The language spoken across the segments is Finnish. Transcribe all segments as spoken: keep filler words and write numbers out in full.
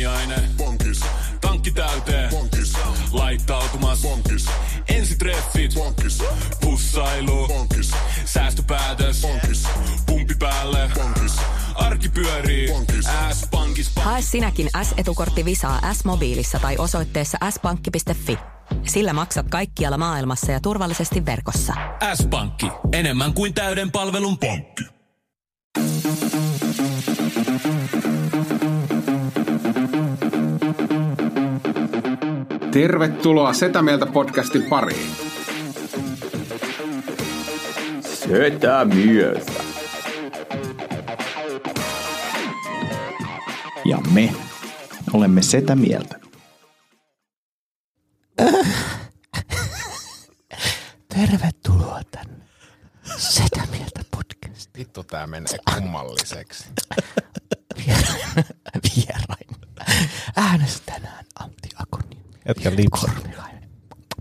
aamiainen. Bonkis. Tankki täyteen. Bonkis. Laittautumas. Bonkis. Ensitreffit. Bonkis. Pussailu. Bonkis. Säästöpäätös. Bonkis. Pumpi päälle. Bonkis. Arki pyörii. Bonkis. S-pankis. Hae sinäkin S-etukortti Visaa S-mobiilissa tai osoitteessa s pankki piste fi. Sillä maksat kaikkialla maailmassa ja turvallisesti verkossa. S-pankki. Enemmän kuin täyden palvelun pankki. Tervetuloa Setä Mieltä podcastin pariin. Setä Mieltä. Ja me olemme Setä Mieltä. Tervetuloa tänne Setä Mieltä podcastiin. Vittu tää menee kummalliseksi. Vierain. Äänessä tänään Antti Akoniemi. Jätkä Kornilainen.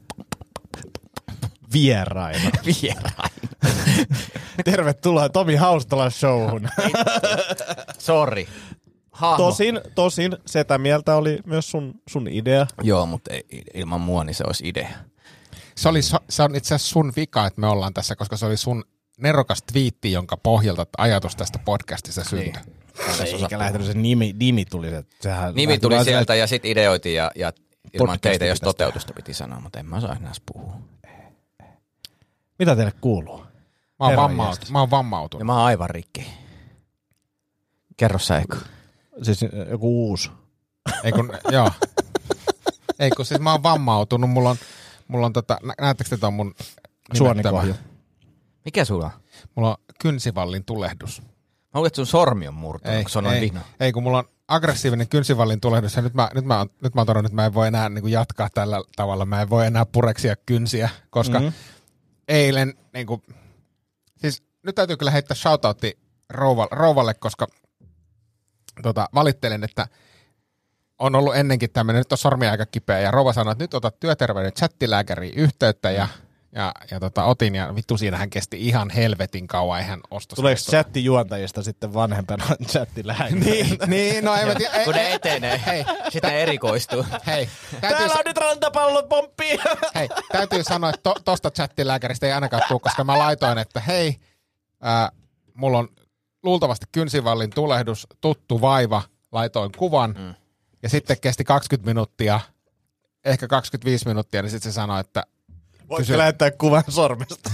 Vieraina. Vierain. Tervetuloa Tomi Haustalan showhun. Sori. Tosin, tosin Setä Mieltä oli myös sun, sun idea. Joo, mutta ei, ilman mua niin se olisi idea. Se, oli, se on itse asiassa sun vika, että me ollaan tässä, koska se oli sun nerokas twiitti, jonka pohjalta ajatus tästä podcastista syntyi. Niin. Eikä lähtenyt se nimi, nimi tuli. Se, sehän nimi tuli sieltä sieltä ja sitten ideoitiin ja, ja ilman Podcasti teitä, jos tästä. toteutusta piti sanoa, mutta en mä osaa enää puhua. Mitä teille kuuluu? Mä oon, Herran vammaut, jestas. mä oon vammautunut. Ja mä oon aivan rikki. Kerro sä, Eiko. Siis joku uusi. Ei kun, joo. Ei kun siis mä oon vammautunut. Mulla on, mulla on tota, nä- näettekö te ton mun Suonikohju. Mikä sulla on? Mulla on kynsivallin tulehdus. Mä luulen, että sun sormi on murtunut, Ei, kun se on noin ei, vihna. ei, kun mulla on aggressiivinen kynsivallin tulehdus ja nyt mä, nyt mä, oon, nyt mä oon todennut, että mä en voi enää niin kuin jatkaa tällä tavalla. Mä en voi enää pureksia kynsiä, koska mm-hmm. eilen, niin kuin, siis nyt täytyy kyllä heittää shoutoutti rouvalle, rouvalle koska tota, valittelen, että on ollut ennenkin tämmöinen, nyt on sormi aika kipeä ja rouva sanoi, että nyt otat työterveyden chattilääkäriin yhteyttä ja Ja, ja tota, otin ja vittu siinähän kesti ihan helvetin kauan, eihän ostos. Tuleeko chattijuontajista sitten vanhempana chattilääkäri? niin, niin, no en mä tiedä. Kun ne etenee, Hei, sitten ne erikoistuu. hei, täytyy, Täällä on nyt rantapallot pomppii! hei, täytyy sanoa, että to, tosta chattilääkäristä ei ainakaan tule, koska mä laitoin, että hei, ää, mulla on luultavasti kynsivallin tulehdus, tuttu vaiva, laitoin kuvan mm. ja sitten kesti kaksikymmentä minuuttia, ehkä kaksikymmentäviisi minuuttia, niin sitten se sanoi, että Voitko Kysy- lähettää kuvan sormesta?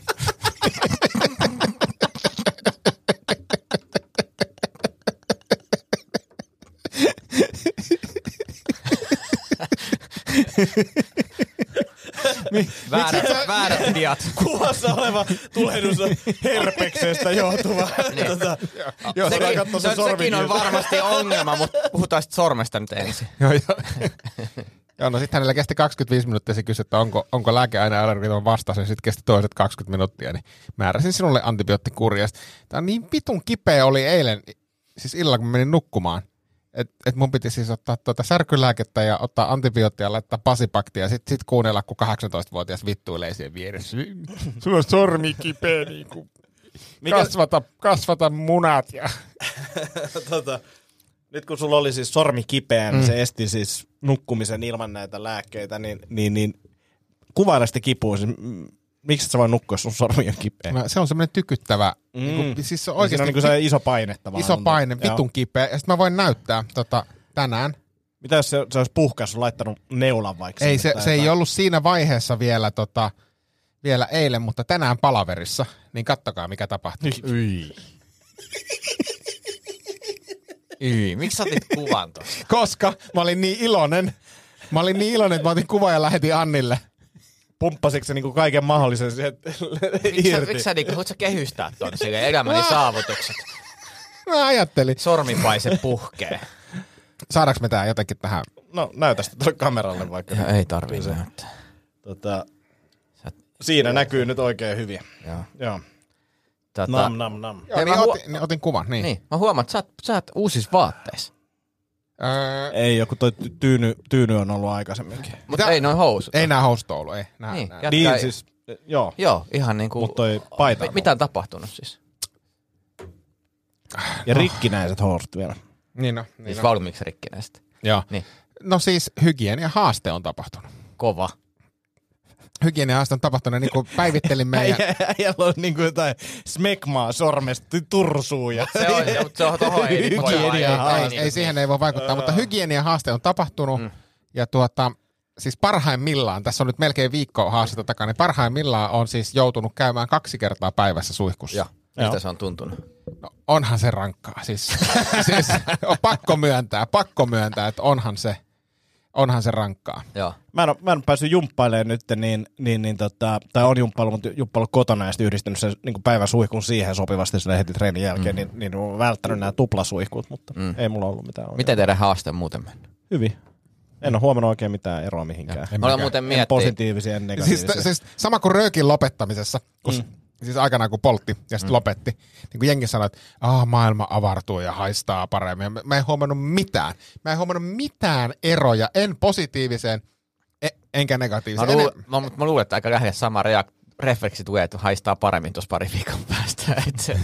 Väärät, väärät diat. Kuvassa oleva tulehdus on herpeksestä johtuva. Niin. Tota, Joo, voidaan Sekin, katsoa se, se sekin on sormikin. varmasti ongelma, mutta puhutaan sitten sormesta nyt ensin. Joo, joo. Joo, no sitten hänellä kesti kaksikymmentäviisi minuuttia, se kysyi, että onko, onko lääkeaineallergiton vastaus, ja sitten kesti toiset kaksikymmentä minuuttia, niin määräsin sinulle antibioottikuria. Tämä on niin vitun kipeä oli eilen, siis illalla kun menin nukkumaan, että et mun piti siis ottaa tuota särkylääkettä ja ottaa antibioottia ja laittaa pasipaktia, ja sitten sit kuunnella, kun kahdeksantoistavuotias vittuilee siihen vieressä. Sulla on sormi kipeä, niin kuin kasvata, kasvata munat. Ja tota, nyt kun sulla oli siis sormi kipeä, niin mm. se esti siis nukkumisen ilman näitä lääkkeitä, niin, niin, niin kuvaile sitä kipua. Siis, m- miksi et sä voi nukkua, jos sun sormi on kipeä? no, se on semmoinen tykyttävä, mm. niin kuin, siis se on oikeasti Siinä on niin kuin se iso paine tavallaan. iso paine, Joo. vitun kipeä. Ja sitten mä voin näyttää tota, tänään. Mitä jos se, se olisi puhkaissut, laittanut neulan vaikka? Ei, sinne se, tai se ei jotain? ollut siinä vaiheessa vielä, tota, vielä eilen, mutta tänään palaverissa. Niin kattokaa, mikä tapahtuu. Yi. Yi. Miksi sä otit kuvan tosta? Koska mä olin niin iloinen. Mä olin niin iloinen, että mä otin kuvan ja lähetin Annille. Pumppasitko se niinku kaiken mahdollisen siihen Miksi sä, irti? miksi sä niinku, voit sä kehystää tuonne sille elämäni saavutukset? Mä ajattelin. Sormipaise puhkee. Saadaanko me tää jotenkin tähän? No näytä sitä tuolle kameralle vaikka. Ja ei tarvii näyttää. Tota, Sä- siinä näkyy nyt oikein hyvin. Joo. Joo. Tota, Nam, nam, nam. Joo, Hei, niin mä huo- otin, niin otin kuvan. Niin. Niin, mä huomaan, että sä oot, sä oot uusissa vaatteissa. Öö, Ei, joku toi ty- tyyny, tyyny on ollut aikaisemminkin. Mutta Mitä? ei noin housut. ei nää housut ollut, ei. Nää, Niin, nää. ja- Niin, Jätkä- siis, joo. Joo, ihan niinku... Mut toi paita on Mi- mitä on tapahtunut siis? Ja rikkinäiset housut vielä. Niin no. Niin Siis no. valmiiksi rikkinäiset. Joo. Niin. No siis hygieniahaaste on tapahtunut. Kova. Hygieniahaaste on tapahtunut, niin kuin päivittelin meidän... Äijällä on niinku jotain smekmaa sormesta tursuu ja... Se on, se on tohon ei nyt voi Hygieniahaaste. Ei, ei, siihen ei voi vaikuttaa, mutta hygieniahaaste on tapahtunut. Mm. Ja tuota, siis parhaimmillaan, tässä on nyt melkein viikko haastetta takana, niin parhaimmillaan on siis joutunut käymään kaksi kertaa päivässä suihkussa. Joo. Mistä se on tuntunut? No, onhan se rankkaa. Siis, siis on pakko myöntää, pakko myöntää, että onhan se, onhan se rankkaa. Joo. Mä en, ole, mä en päässyt jumppailemaan nyt, niin, niin, niin tota, tai on jumppailu, mutta jumppailu kotona ja sitten yhdistänyt sen niin päivän suihkun siihen sopivasti sille heti treenin jälkeen, mm. niin, niin olen välttänyt nämä tuplasuihkut, mutta mm. ei mulla ollut mitään. Miten teidän haaste on muuten mennyt? Hyvin. En ole huomannut oikein mitään eroa mihinkään. En olen muuten miettinyt. Positiivisia, en negatiivisia. Siis, siis sama kuin röökin lopettamisessa, kun mm. siis aikanaan kun poltti ja sitten mm. lopetti, niin kuin jengi sanoi, että ah, maailma avartuu ja haistaa paremmin. Mä en huomannut mitään. Mä en huomannut mitään eroja, en positiiviseen, e- enkä negatiiviseen. Mä, luul, mä, mä luulen, että aika lähellä sama reak- refleksi tulee, että haistaa paremmin tuossa pari viikon päästä. Et se,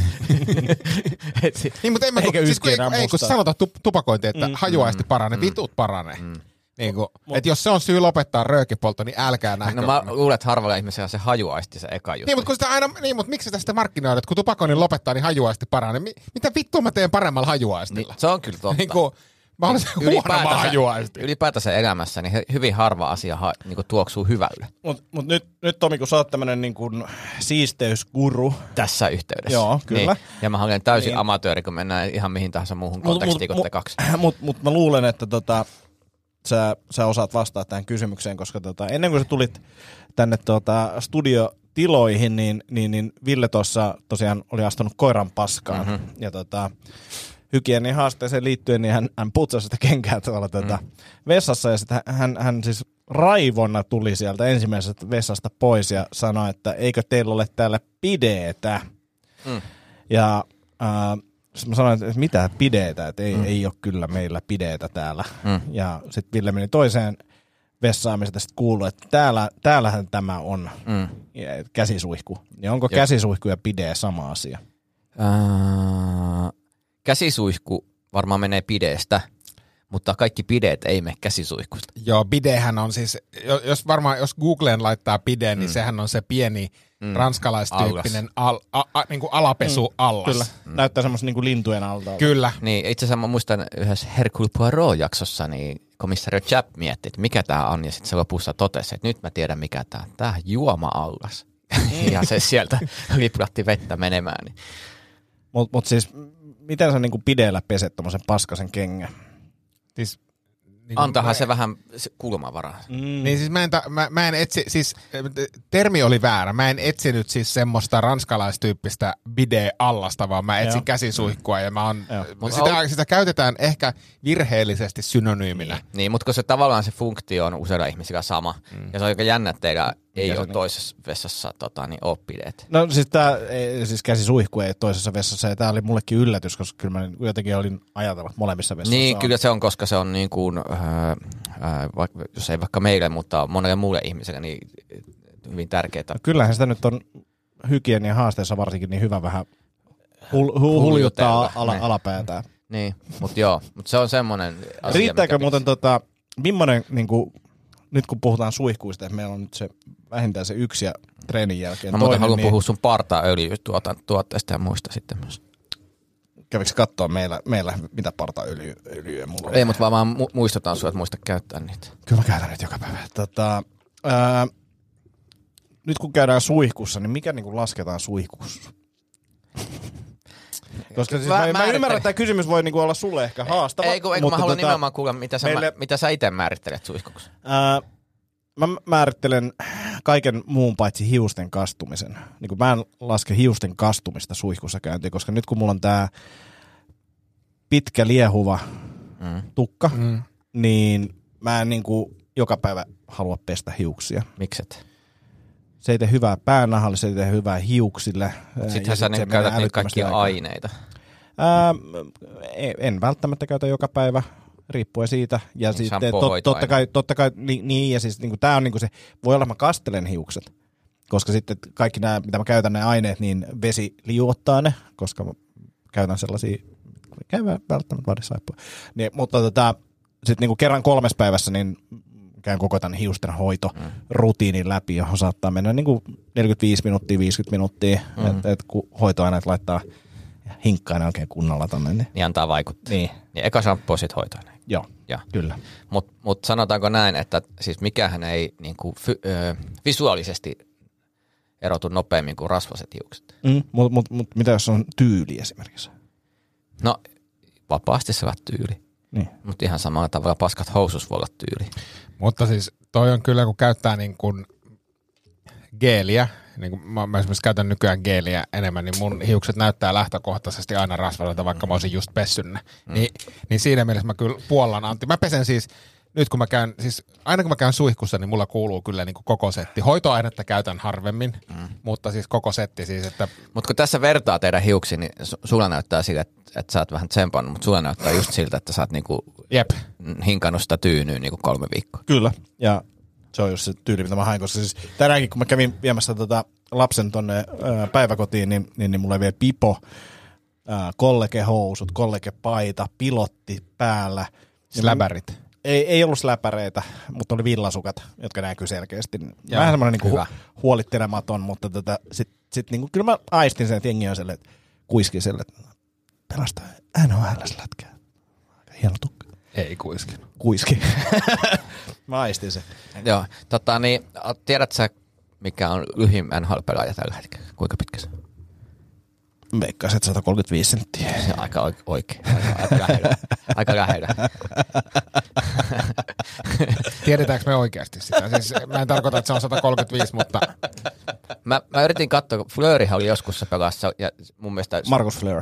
et se, niin, mutta en mä, siis kun, ei, ei, kun sanotaan tupakointi, että mm. hajuaisti paranee, mm. vitut paranee. Mm. Niin kuin, että jos se on syy lopettaa röökipoltto, niin älkää nähkö. No mä luulen, että harvalla ihmisellä se hajuaisti se eka juttu. Niin, mutta kun sitä aina, niin, mutta miksi sitä sitten markkinoida, että kun tupakoinnin lopettaa, niin hajuaisti paranee. Mi, mitä vittua mä teen paremmalla hajuaistilla? Niin, se on kyllä totta. Niin kuin, mä olisin huonomaan hajuaisti. Ylipäätänsä elämässä niin hyvin harva asia ha, niin kuin tuoksuu hyvälle. Mutta mut nyt, nyt Tomi, kun sä oot tämmönen niin kuin siisteyskuru. Tässä yhteydessä. Joo, kyllä. Niin. Ja mä olen täysin niin. amatööri, kun mennään ihan mihin tahansa muuhun kontekstiin kuin te kaksi. Mutta mut mä luulen, että tota, sä, sä osaat vastata tähän kysymykseen, koska tota, ennen kuin sä tulit tänne tota, studiotiloihin, niin, niin, niin Ville tuossa tosiaan oli astunut koiran paskaan. Mm-hmm. Ja tota, hygienian haasteeseen liittyen, niin hän, hän putsasi sitä kenkää tuolla tota, mm. vessassa. Ja sitten hän, hän siis raivona tuli sieltä ensimmäisestä vessasta pois ja sanoi, että eikö teillä ole täällä pideetä. Mm. Ja äh, mä sanoin, että mitä pideetä, että ei, mm. ei ole kyllä meillä pideetä täällä. Mm. Ja sitten Ville meni toiseen vessaan, mistä sitten kuului, että täällä, täällähän tämä on mm. käsisuihku. Ja onko Joo. käsisuihku ja pidee sama asia? Äh, käsisuihku varmaan menee pideestä, mutta kaikki pideet ei mene käsisuihkusta. Joo, bidehän on siis, jos varmaan, jos Googleen laittaa bide, niin mm. sehän on se pieni mm. ranskalaistyyppinen al, a, a, niin kuin alapesuallas. Mm. Kyllä, mm. näyttää semmoista niin kuin lintujen alta. Kyllä. Niin, itse asiassa mä muistan yhdessä Hercule Poirot-jaksossa, niin komissario Chap mietti, että mikä tää on, ja sitten se lopussa totesi, että nyt mä tiedän mikä tää on. Tää on juoma-allas. Mm. ja se sieltä lipratti vettä menemään. Niin. Mutta mut siis, miten sä niinku pideellä peset tommosen paskasen kengän? Siis, niin Antahan mä... se vähän kulmavaraa. Mm. Niin siis mä en, ta, mä, mä en etsi, siis termi oli väärä. Mä en etsinyt siis semmoista ranskalaistyyppistä bide-allasta, vaan mä etsin Joo. käsisuihkua ja mä oon, sitä, sitä käytetään ehkä virheellisesti synonyyminä. Niin, niin mutta kun se tavallaan se funktio on useilla ihmisillä sama. Mm. Ja se on aika jännä, että teillä ei ole niin? toisessa vessassa tota, niin ole pideet. No siis, tää, siis käsisuihku ei ole toisessa vessassa ja tää oli mullekin yllätys, koska kyllä mä jotenkin olin ajatella molemmissa vessassa. Niin, on. Kyllä se on, koska se on niin kuin, äh, äh, vaikka, jos ei vaikka meille, mutta monelle muulle ihmiselle, niin hyvin tärkeää. No, kyllähän sitä nyt on hygienian haasteessa varsinkin niin hyvä vähän hul, hul, huljuttaa ala, niin. alapäätään. Niin, mutta joo, mutta se on semmoinen asia. Riittääkö muuten tota, millainen niinku nyt kun puhutaan suihkuista, että meillä on nyt se vähintään se yksi ja treenin jälkeen mä toinen. Mä haluan niin... puhua sun partaöljytuotteista ja muista sitten myös. Kävikö katsoa meillä, meillä mitä partaöljyä mulla on? Ei, mutta vaan mu- muistutaan sinua, että muista käyttää niitä. Kyllä mä käytän niitä joka päivä. Tota, ää, nyt kun käydään suihkussa, niin mikä niin kuin lasketaan suihkussa? Koska siis mä, mä, mä ymmärrän, että tämä kysymys voi niinku olla sulle ehkä haastava. Ei, kun, ei, kun mä haluan tota, nimenomaan kuulla, mitä sä, meille, mitä sä itse määrittelet suihkuksi. Ää, mä määrittelen kaiken muun paitsi hiusten kastumisen. Niin kuin mä en laske hiusten kastumista suihkussa käyntiin, koska nyt kun mulla on tää pitkä liehuva mm. tukka, mm. niin mä en niinku joka päivä halua pestä hiuksia. Mikset? Se ei tee hyvää päänahalle, se ei tee hyvää hiuksille. Sittenhän sä nyt käytät niitä kaikkia aikaa. aineita. Ää, en välttämättä käytä joka päivä, riippuen siitä. Ja niin sitten tot, totta kai, totta kai niin, niin ja siis niin tää on niin se, voi olla, että mä kastelen hiukset, koska sitten kaikki nämä, mitä mä käytän nämä aineet, niin vesi liuottaa ne, koska mä käytän sellaisia, käy välttämättä vaadisaippua. Niin, mutta tota, sitten niinku kerran kolmes päivässä niin käyn koko tämän hiusten hoito mm. rutiinin läpi, johon saattaa mennä niinku neljäkymmentäviisi minuuttia, viisikymmentä minuuttia, mm. että et, kun hoitoaineet laittaa hinkkaan oikein kunnolla tonne. Niin, niin antaa vaikuttaa. Niin. Niin eka shampoo sit hoitoaineet. Joo, ja. Kyllä. Mutta mut sanotaanko näin, että siis mikähän ei niinku fy, ö, visuaalisesti erotu nopeammin kuin rasvaset hiukset. Mm, mutta mut, mut, mitä jos on tyyli esimerkiksi? No vapaasti se on tyyli. Niin. Mutta ihan samalla tavalla paskat housus voi olla tyyli. Mutta siis toi on kyllä, kun käyttää niin kuin geeliä, niin kuin mä, mä esimerkiksi käytän nykyään geeliä enemmän, niin mun hiukset näyttää lähtökohtaisesti aina rasvalta, vaikka mä olisin just pessyt ne. Mm. Ni, niin siinä mielessä mä kyllä puollan Antti. Mä pesen siis, nyt kun mä käyn, siis aina kun mä käyn suihkussa, niin mulla kuuluu kyllä niin kuin koko setti. Hoitoainetta käytän harvemmin, mm. mutta siis koko setti siis, että... Mutta kun tässä vertaa teidän hiuksiin, niin sulla näyttää siltä, että, että sä oot vähän tsempannut, mutta sulla näyttää just siltä, että sä oot niinku Jep. hinkannut sitä tyynyä niinku kolme viikkoa. Kyllä, ja se on just se tyyli, mitä mä hain, koska siis tänäänkin, kun mä kävin viemässä tota lapsen tonne ää, päiväkotiin, niin, niin, niin mulla ei vielä pipo, ää, kollegehousut, kollegepaita, pilotti päällä. Släbärit. Ei, ei ollut släpäreitä, mutta oli villasukat, jotka näkyy selkeästi. Joo, vähän semmoinen niinku hu- huolittelematon, mutta tota, sitten sit niinku, kyllä mä aistin sen, että jengi on sellainen, kuiskin sellainen, että pelastaa N H L-lätkää. Aika hieno tukka. Ei kuiskin. Kuiski. Mä aistin sen. Joo, tota niin, tiedätkö sä, mikä on lyhin N H L-pelaaja tällä hetkellä? Kuinka pitkä se? Veikkaisin, että sata kolmekymmentäviisi senttiä. Se on aika oikein. Aika, aika lähellä. Aika lähellä. Tiedetäänkö me oikeasti sitä? Siis mä en tarkoita, että se on sata kolmekymmentäviisi, mutta... Mä, mä yritin katsoa, kun Fleuryhän oli joskus se pelassa, ja mun mielestä... Markus Fleur.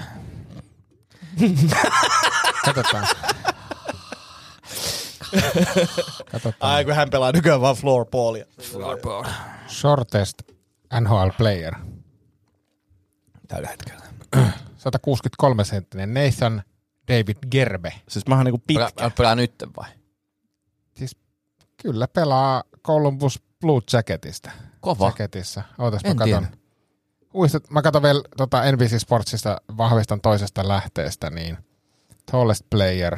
Katsotaan. Katsotaan. Ai, kun hän pelaa nykyään vaan floorballia. Floorball. Shortest N H L player. Tällä hetkellä. sata kuusikymmentäkolme senttinen Nathan David Gerbe. Siis mä oon niinku pitkä. Pelaa, pelaa nyt vai? Siis kyllä pelaa Columbus Blue Jacketista. Kova. Jacketissa. Ootas En mä katon. tiedä. Uistat, mä katon vielä tota N B C Sportsista, vahvistan toisesta lähteestä, niin tallest player.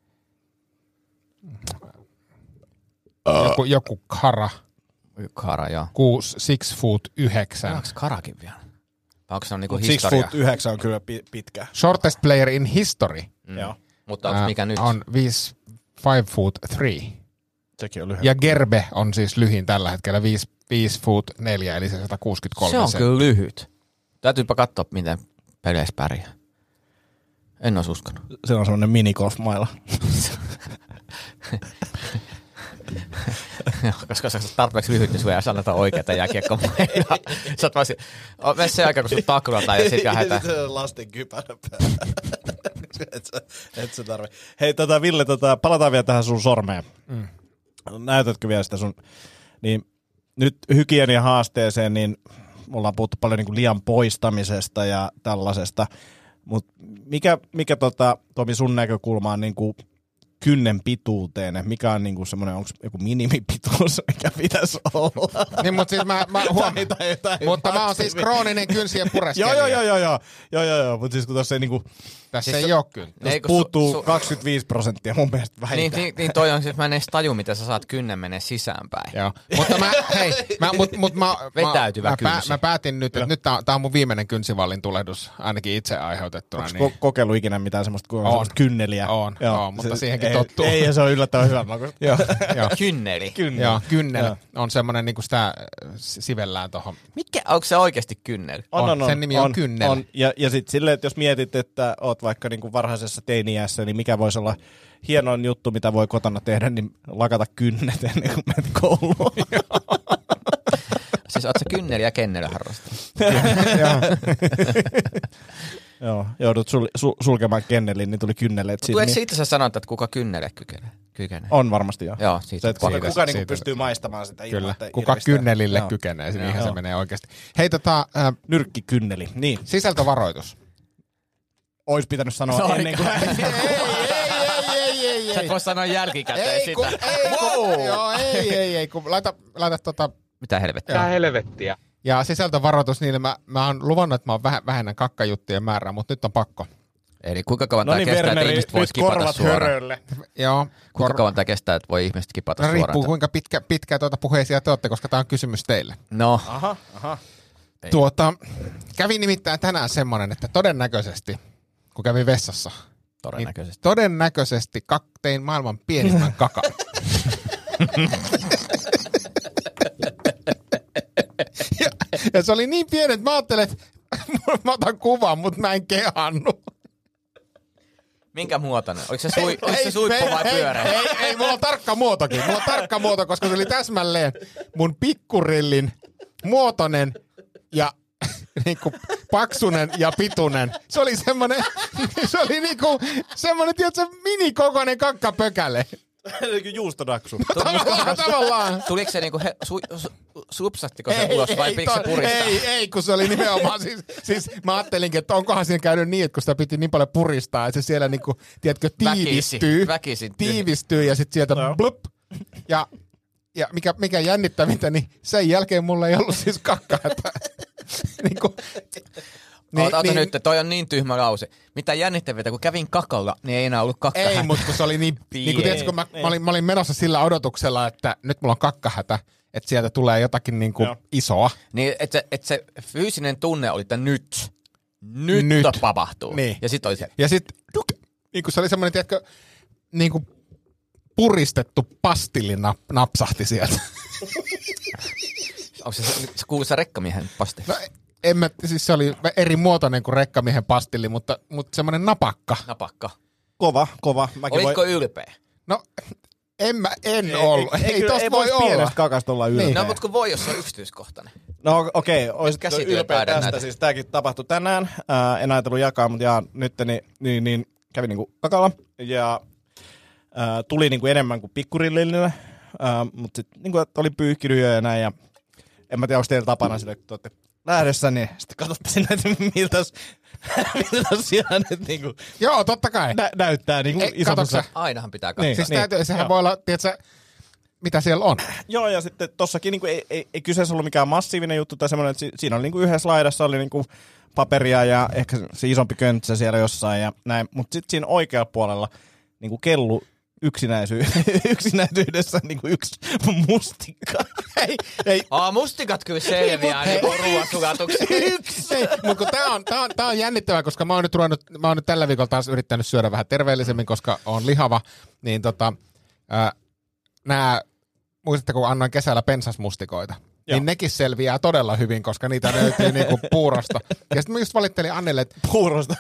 Uh. Joku, joku Kara. Kara, joo. Kuusi, six foot yhdeksän. Onko Karakin vielä? Vai onko se on niinku Six historia? foot yhdeksän on kyllä pitkä. Shortest player in history. Mm. Joo. Mutta onko mikä nyt? On viisi, five foot three. Sekin on lyhyt. Ja Gerbe on siis lyhin tällä hetkellä viisi, viisi foot neljä, eli se sata kuusikymmentäkolme. Se on sen. kyllä lyhyt. Täytyypä katsoa, miten peleissä pärjää. En olisi uskonut. Se on semmoinen minigolf-maila. Koska sä oot tarpeeksi lyhyt, niin sulla ei sanota oikeata jääkiekkomailaa. Sä oot vaan si- mene se aika, kun sun taklataan ja sit lähdetään. Se on lasten kypärä päällä. et, sä, et sä tarvi. Hei tota, Ville, tota, palataan vielä tähän sun sormeen. Mm. Näytätkö vielä sitä sun... Niin, nyt hygienian haasteeseen, niin me ollaan puhuttu paljon niin kuin liian poistamisesta ja tällaisesta. Mutta mikä, mikä tota, Tomi, sun näkökulma on niin kuin kynnen pituuteen, mikä on niinku semmoinen, onko joku minimipituus, mikä pitäisi olla? Niin, mutta siis mä, mä huomaan, mutta mä oon siis krooninen kynsien pureskelija. Joo, joo, joo, joo, joo, joo, joo, mutta siis kun tossa ei niinku, tässä siis ei su- oo kyllä. Tuosta puuttuu su- su- kaksikymmentäviisi prosenttia mun mielestä vähintään. Niin, niin, niin toi on siis, mä en edes taju, miten sä saat kynnen menee sisäänpäin. Joo, mutta mä, hei, mä, mut, mut mä, Vetäytyvä mä, kynsi. mä päätin nyt, että nyt tää, tää on mun viimeinen kynsivallin tulehdus, ainakin itse aiheutettuna. Onko niin. ko- kokeillut ikinä mitään semmoista, kun on, On. semmoista kynneliä? On, Joo, on, mutta se, siihenkin ei, tottuu. Ei, ja se on yllättävän hyvä makuista. Joo, joo. Kynneli. Kynneli. Joo, kynnel Joo. on semmoinen, niin kuin sitä sivellään tuohon. Mikä, onko se oikeasti kynneli? On, on, on, Sen nimi on, on kynnel. On. Ja, ja sitten silleen, että jos mietit, että oot vaikka niinku varhaisessa teiniässä, niin mikä voisi olla hienoin juttu, mitä voi kotona tehdä, niin lakata kynnet ennen kuin menet kouluun. Siis oot sä kynneli ja kenneli harrastaa? Joo, joudut sul, sul, sulkemaan kennelin, niin tuli kynneleet sinne. Tuleeko siitä sä sanoit, että kuka kynnelle kykenee? kykenee? On varmasti, joo. Joo, siitä. Se, että kuka, Siitä- kuka niinku siitä- pystyy maistamaan sitä ilman, Kyllä, että kuka hirvistää. kynnelille Joo. kykenee, niin Joo. ihan se Joo. menee oikeasti. Hei, tota, äh, Nyrkkikynneli, niin. sisältövaroitus. Ois pitänyt sanoa Sorry. ennen kuin... Sä et voi sanoa jälkikäteen Ei, sitä. kun, ei, kun, joo, ei, ei, ei, kun laita, laita tota, Mitä helvettiä? Mitä helvettiä? ja sisältövaroitus niille, mä, mä oon luvannut, että mä oon väh, vähennän kakkajuttujen määrää, mutta nyt on pakko. Eli kuinka kauan No tämä niin, kestää, että Werneri, ihmiset nyt vois kipata korvat suoraan? hörölle. Joo. Kuinka kauan tämä kestää, että voi ihmiset kipata No, suoraan? riippuu kuinka pitkä, pitkä tuota puheisia te olette, koska tämä on kysymys teille. No, Aha, aha. Tuota, kävi nimittäin tänään semmoinen, että todennäköisesti, kun kävin vessassa, todennäköisesti. niin todennäköisesti kak- tein maailman pienimmän kakan. ja, ja se oli niin pieni, että mä ajattelin, että mä otan kuvan, mutta mä en kehannut. Minkä muotoinen? Oliko se, sui, oliko se suippo ei, vai pyöreä? Ei, ei, ei, mulla on tarkka muotokin. Mulla on tarkka muoto, koska se oli täsmälleen mun pikkurillin muotoinen ja niinku paksunen ja pituinen. Se oli semmonen, se oli niinku semmonen, tiedätkö, minikokoinen kakkapökäle. Juustodaksu. Tavallaan, tavallaan. Tuliko se niinku, he, su, su, supsattiko se ulos vai ei, pitikö se to- puristaa? Ei, ei, kun se oli nimenomaan, siis, siis mä ajattelinkin, että onkohan siinä käynyt niin, että kun sitä piti niin paljon puristaa, että se siellä niinku, tiedätkö, tiivistyy, Väkisin, väkisin. tiivistyy ja sitten sieltä No. blup. Ja, ja mikä, mikä jännittävintä, niin sen jälkeen mulla ei ollut siis kakkaa. niin kuin, Niin, Oota, niin, nyt, toi on niin tyhmä lause. Mitä jännittävintä, kun kävin kakalla, niin ei enää ollut kakkahätä. Ei, mutta kun se oli niin, niin kuin tiedätkö, kun mä, mä, olin, mä olin menossa sillä odotuksella, että nyt mulla on kakkahätä, että sieltä tulee jotakin niin kuin isoa. Niin, että se, et se fyysinen tunne oli, että nyt, nyt, Nyt. nyt. tapahtuu. Niin. Ja sit oli se, Ja sit, niin kuin se oli semmoinen, tiedätkö, niin kuin puristettu pastilli nap, napsahti sieltä. onko se, se kuuluu se rekkamiehen pasti? No, en mä, siis se oli eri muotoinen kuin rekkamiehen pastilli, mutta, mutta semmoinen napakka. Napakka. Kova, kova. Mäkin Olitko voi... ylpeä? No, en mä, en ollut. Ei, ei, kyllä- tosta ei voi olla. pienestä kakasta olla ylpeä. Niin. No, mutta kun voi, jos se on yksityiskohtainen. No okei, okay, olisit käsityö ylpeä taida tästä. näitä. Siis tämäkin tapahtui tänään. Ää, en ajatellut jakaa, mutta jaa, nyt niin, niin, niin kävin niinku kakalla. Ja ää, tuli niinku enemmän kuin pikkurillille. Mutta sitten niinku, että oli pyyhkinyt jo ja näin. Ja en mä tiedä, onko teillä tapana sille, kun te olette lähdössä, niin sitten katsotte sinne, että miltäs, miltäs siellä nyt niinku Joo, totta kai. nä- näyttää niinku Ei, isommassa. katso Ainahan pitää katsoa. Niin. Siis täytyy, sehän joo. voi olla, tiedätkö, mitä siellä on. Joo, ja sitten tossakin niinku, ei, ei, ei kyseessä ollut mikään massiivinen juttu tai semmoinen, että si, siinä oli niinku yhdessä laidassa oli niinku paperia ja ehkä se isompi köntsä siellä jossain ja näin. Mutta sitten siinä oikealla puolella niinku kellu yksinäisy- yksinäisyydessä niinku yksi mustikka. ei, ei. Aa, mustikat kyllä selviää Hei, niin ruoansulatuksia. Yksi. Ei, mutta tää on, tää on, tää on jännittävää, koska mä oon nyt ruvennut, mä oon nyt tällä viikolla taas yrittänyt syödä vähän terveellisemmin, koska on lihava, niin tota, ää, nää, muistatte kun annoin kesällä pensasmustikoita, Joo. niin nekin selviää todella hyvin, koska niitä löytyy niinku puurosta. Ja sitten mä just valittelin Annelle, että Puurosta.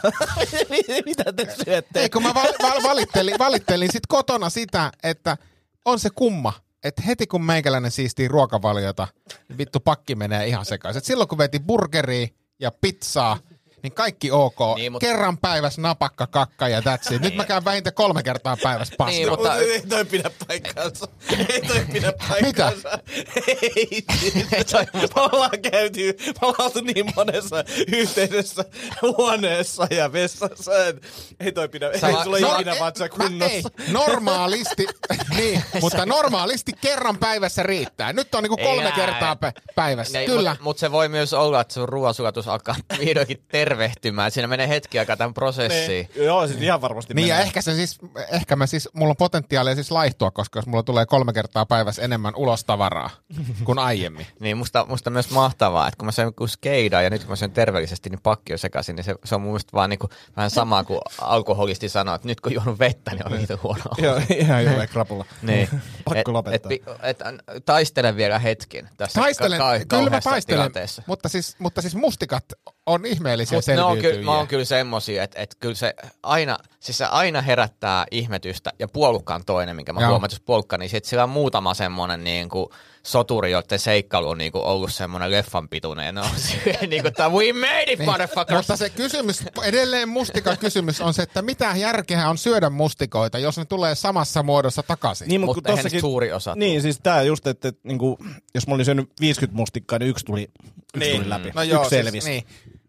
Mitä te syötte? ei, kun mä val, val, valittelin, valittelin sit kotona sitä, että on se kumma, että heti kun meikäläinen siistii ruokavaliota, niin vittu pakki menee ihan sekaisin. Et silloin kun veti burgeria ja pizzaa, niin kaikki ok. Niin, Niin, mutta- Kerran päivässä napakka, kakka ja that's it. Nyt mä käyn vähintään kolme kertaa päivässä pasta. Niin, mutta- Ei toi pidä paikkaansa. Ei toi pidä paikkaansa. Ei. Me ollaan käyty, me ollaan oltu niin monessa yhteisessä huoneessa ja vessassa. et Ei toi pidä, Sä ei va- sulla sä- ikinä vatsa Mä, ei, kunnossa. normaalisti, niin, mutta normaalisti kerran päivässä riittää. Nyt on niinku kolme Ei, kertaa pä- päivässä, Ei, kyllä. Mutta mut se voi myös olla, että sun ruoansulatus alkaa vihdoinkin tervehtymään. Siinä menee hetki aikaa tämän prosessiin. Niin. Joo, siis ihan varmasti Niin ja menee. ehkä se siis, ehkä mä siis, mulla on potentiaalia siis laihtua, koska jos mulla tulee kolme kertaa päivässä enemmän ulostavaraa kuin aiemmin. Niin musta, musta myös mahtavaa, että kun mä syön kun skeidaa ja nyt kun mä syön terveellisesti, niin pakki on sekaisin, niin se, se on mun mielestä vaan niinku, vähän sama kuin alkoholisti sanoo, että nyt kun juonut vettä, niin on niitä huonoa. Joo, ihan hyvä krapulla. Niin. Pakko Et- lopettaa. Et, et, et, taistele vielä hetken tässä Taistelen, ka- ka- kyllä mä kauheassa taistelen, tilanteessa. mutta siis, mutta siis mustikat on ihmeellisiä Mut ne on, selviytyjiä. kyllä, mä oon kyllä semmosia, että, että kyllä se aina, siis se aina herättää ihmetystä, ja puolukka on toinen, minkä mä Joo. huomaan, että jos puolukka, niin sit sillä on muutama semmonen niin kuin soturi, joiden seikkailu on niin kuin ollut semmonen leffan pituinen, ja ne on niin kuin, että we made it, motherfuckers! Mutta se kysymys, edelleen mustikan kysymys on se, että mitä järkeä on syödä mustikoita, jos ne tulee samassa muodossa takaisin. Niin, Mutta eihän niistä suuri osa Niin, siis tää just, että, että niinku, jos mä olin syönyt viisikymmentä mustikkaa, niin yksi tuli, yksi Niin. tuli läpi. No joo, yksi siis, selvisi. niin.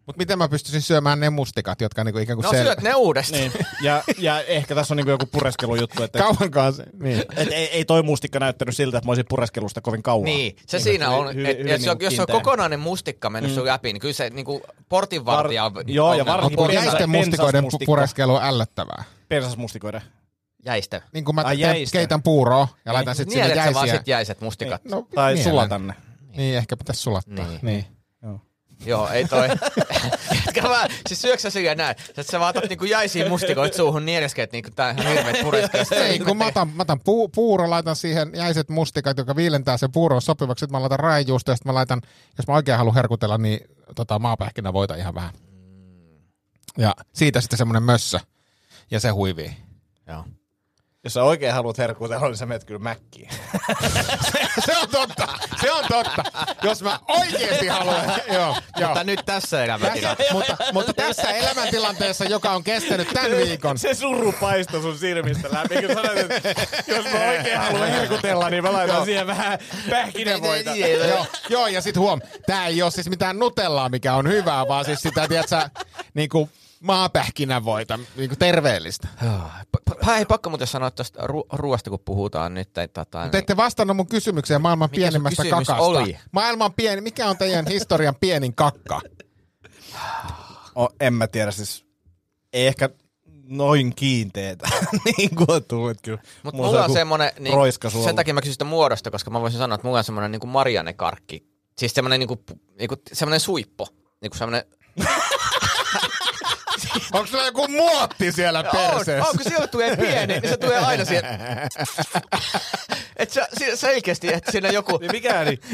Mutta miten mä pystyisin syömään ne mustikat, jotka niinku ikään kuin... No sel... syöt ne uudestaan. Niin. Ja, ja ehkä tässä on niinku joku pureskelujuttu, että Kauankaan se, niin. et ei, ei toi mustikka näyttänyt siltä, että mä olisin pureskelusta kovin kauan. Niin, se niin, siinä on, hyvin, että hyvin et, jos, niinku jos on kiinteä. kokonainen mustikka mennyt mm. sun läpi, niin kyllä se niinku portinvartija... Var- joo, ja varsinkin Onko Pensas- jäisten mustikoiden pensasmustikka. pureskelu ällöttävää? Pensasmustikoiden. Jäistä. Niin kuin mä Ai, te- jäistä. keitän puuroa ja laitan sitten sinne Nielet sä vaan jäisiä. sit jäiset mustikat. No, Tai mielen. sulatan ne. Niin, ehkä pitäisi sulattaa. Niin. Niin. Joo, ei toi. mä, siis syöksä silleen näin, että sä vaan otat niinku jäisiä mustikoit suuhun nieliskeet niinku tää ihan hirveet pureskeet. Ei, kun mä otan, mä otan pu, puuro, laitan siihen jäiset mustikat, joka viilentää sen puuron sopivaksi. Sitten mä laitan raajuusta ja sitten mä laitan, jos mä oikein haluan herkutella, niin tota, maapähkinävoita ihan vähän. Ja siitä sitten semmonen mössö. Ja se huivii. Joo. Jos sä oikein haluat herkutella, niin sä menet kyllä mäkkiin. se, se on totta, se on totta. Jos mä oikeesti haluan, joo, joo. Mutta nyt tässä elämäntilanteessa. mutta, mutta tässä elämäntilanteessa, joka on kestänyt tämän viikon. Se suru paistoi sun silmistä läpi, kun sanoit, että jos mä oikein haluan herkutella, niin mä laitan siihen vähän pähkinävoita. joo, joo, ja sit huom, tää ei oo siis mitään nutellaa, mikä on hyvää, vaan siis sitä, tiiätsä, niinku maapähkinävoita, niinku terveellistä. Hei, pakko muuten sanoa tuosta ru- ruoasta, kun puhutaan nyt. Tai, tota, Mutta ette vastannut mun kysymykseen maailman Mikä sun pienimmästä kysymys kakasta. oli? Maailman pieni, mikä on teidän historian pienin kakka? Oh, en mä tiedä, siis ei ehkä noin kiinteetä, niin kuin on tullut kyllä. Mutta mulla on joku semmonen, niin, roiskasuolu. sen takia mä kysyn sitä muodosta, koska mä voisin sanoa, että mulla on semmonen niinku Marianne-karkki. Siis semmonen niinku, niinku semmonen suippo. Niinku semmonen... Onko sulla joku muotti siellä perseessä? On, on, kun sieltä tulee pieni, niin se tulee aina siihen. Että se, selkeästi, että siinä joku... Niin mikä niin?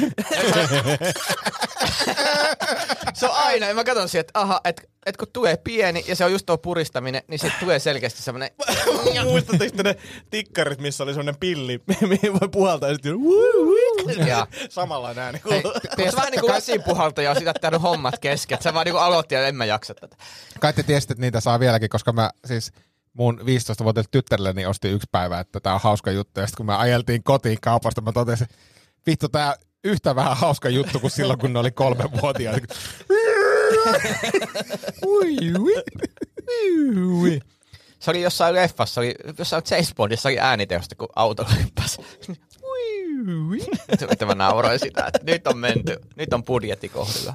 Se on aina, ja mä katson siihen, että aha, että et kun tulee pieni ja se on just tuo puristaminen, niin se tulee selkeästi semmoinen... Muistatteko ne tikkarit, missä oli semmoinen pilli, mihin voi puhaltaa ja sitten... Ja. Samalla ääni. Hei, Se vähän niin kuin lasinpuhaltaja, sitä tehnyt hommat kesken. Sä vaan niin kuin aloitti ja en mä jaksa tätä. Kai te tiesitte, että niitä saa vieläkin, koska mä siis mun viisitoistavuotiaille tyttärelleni ostin yksi päivä, että tää on hauska juttu. Ja sitten kun me ajeltiin kotiin kaupasta, mä totesin, vittu tää yhtä vähän hauska juttu kuin silloin, kun ne oli kolmevuotiaat. Se oli jossain leffassa, se oli jossain James Bondissa oli ääniteosta, kun auto hyppäsi. Sitten mä nauroin sitä, että nyt on menty, nyt on budjetti kohdilla.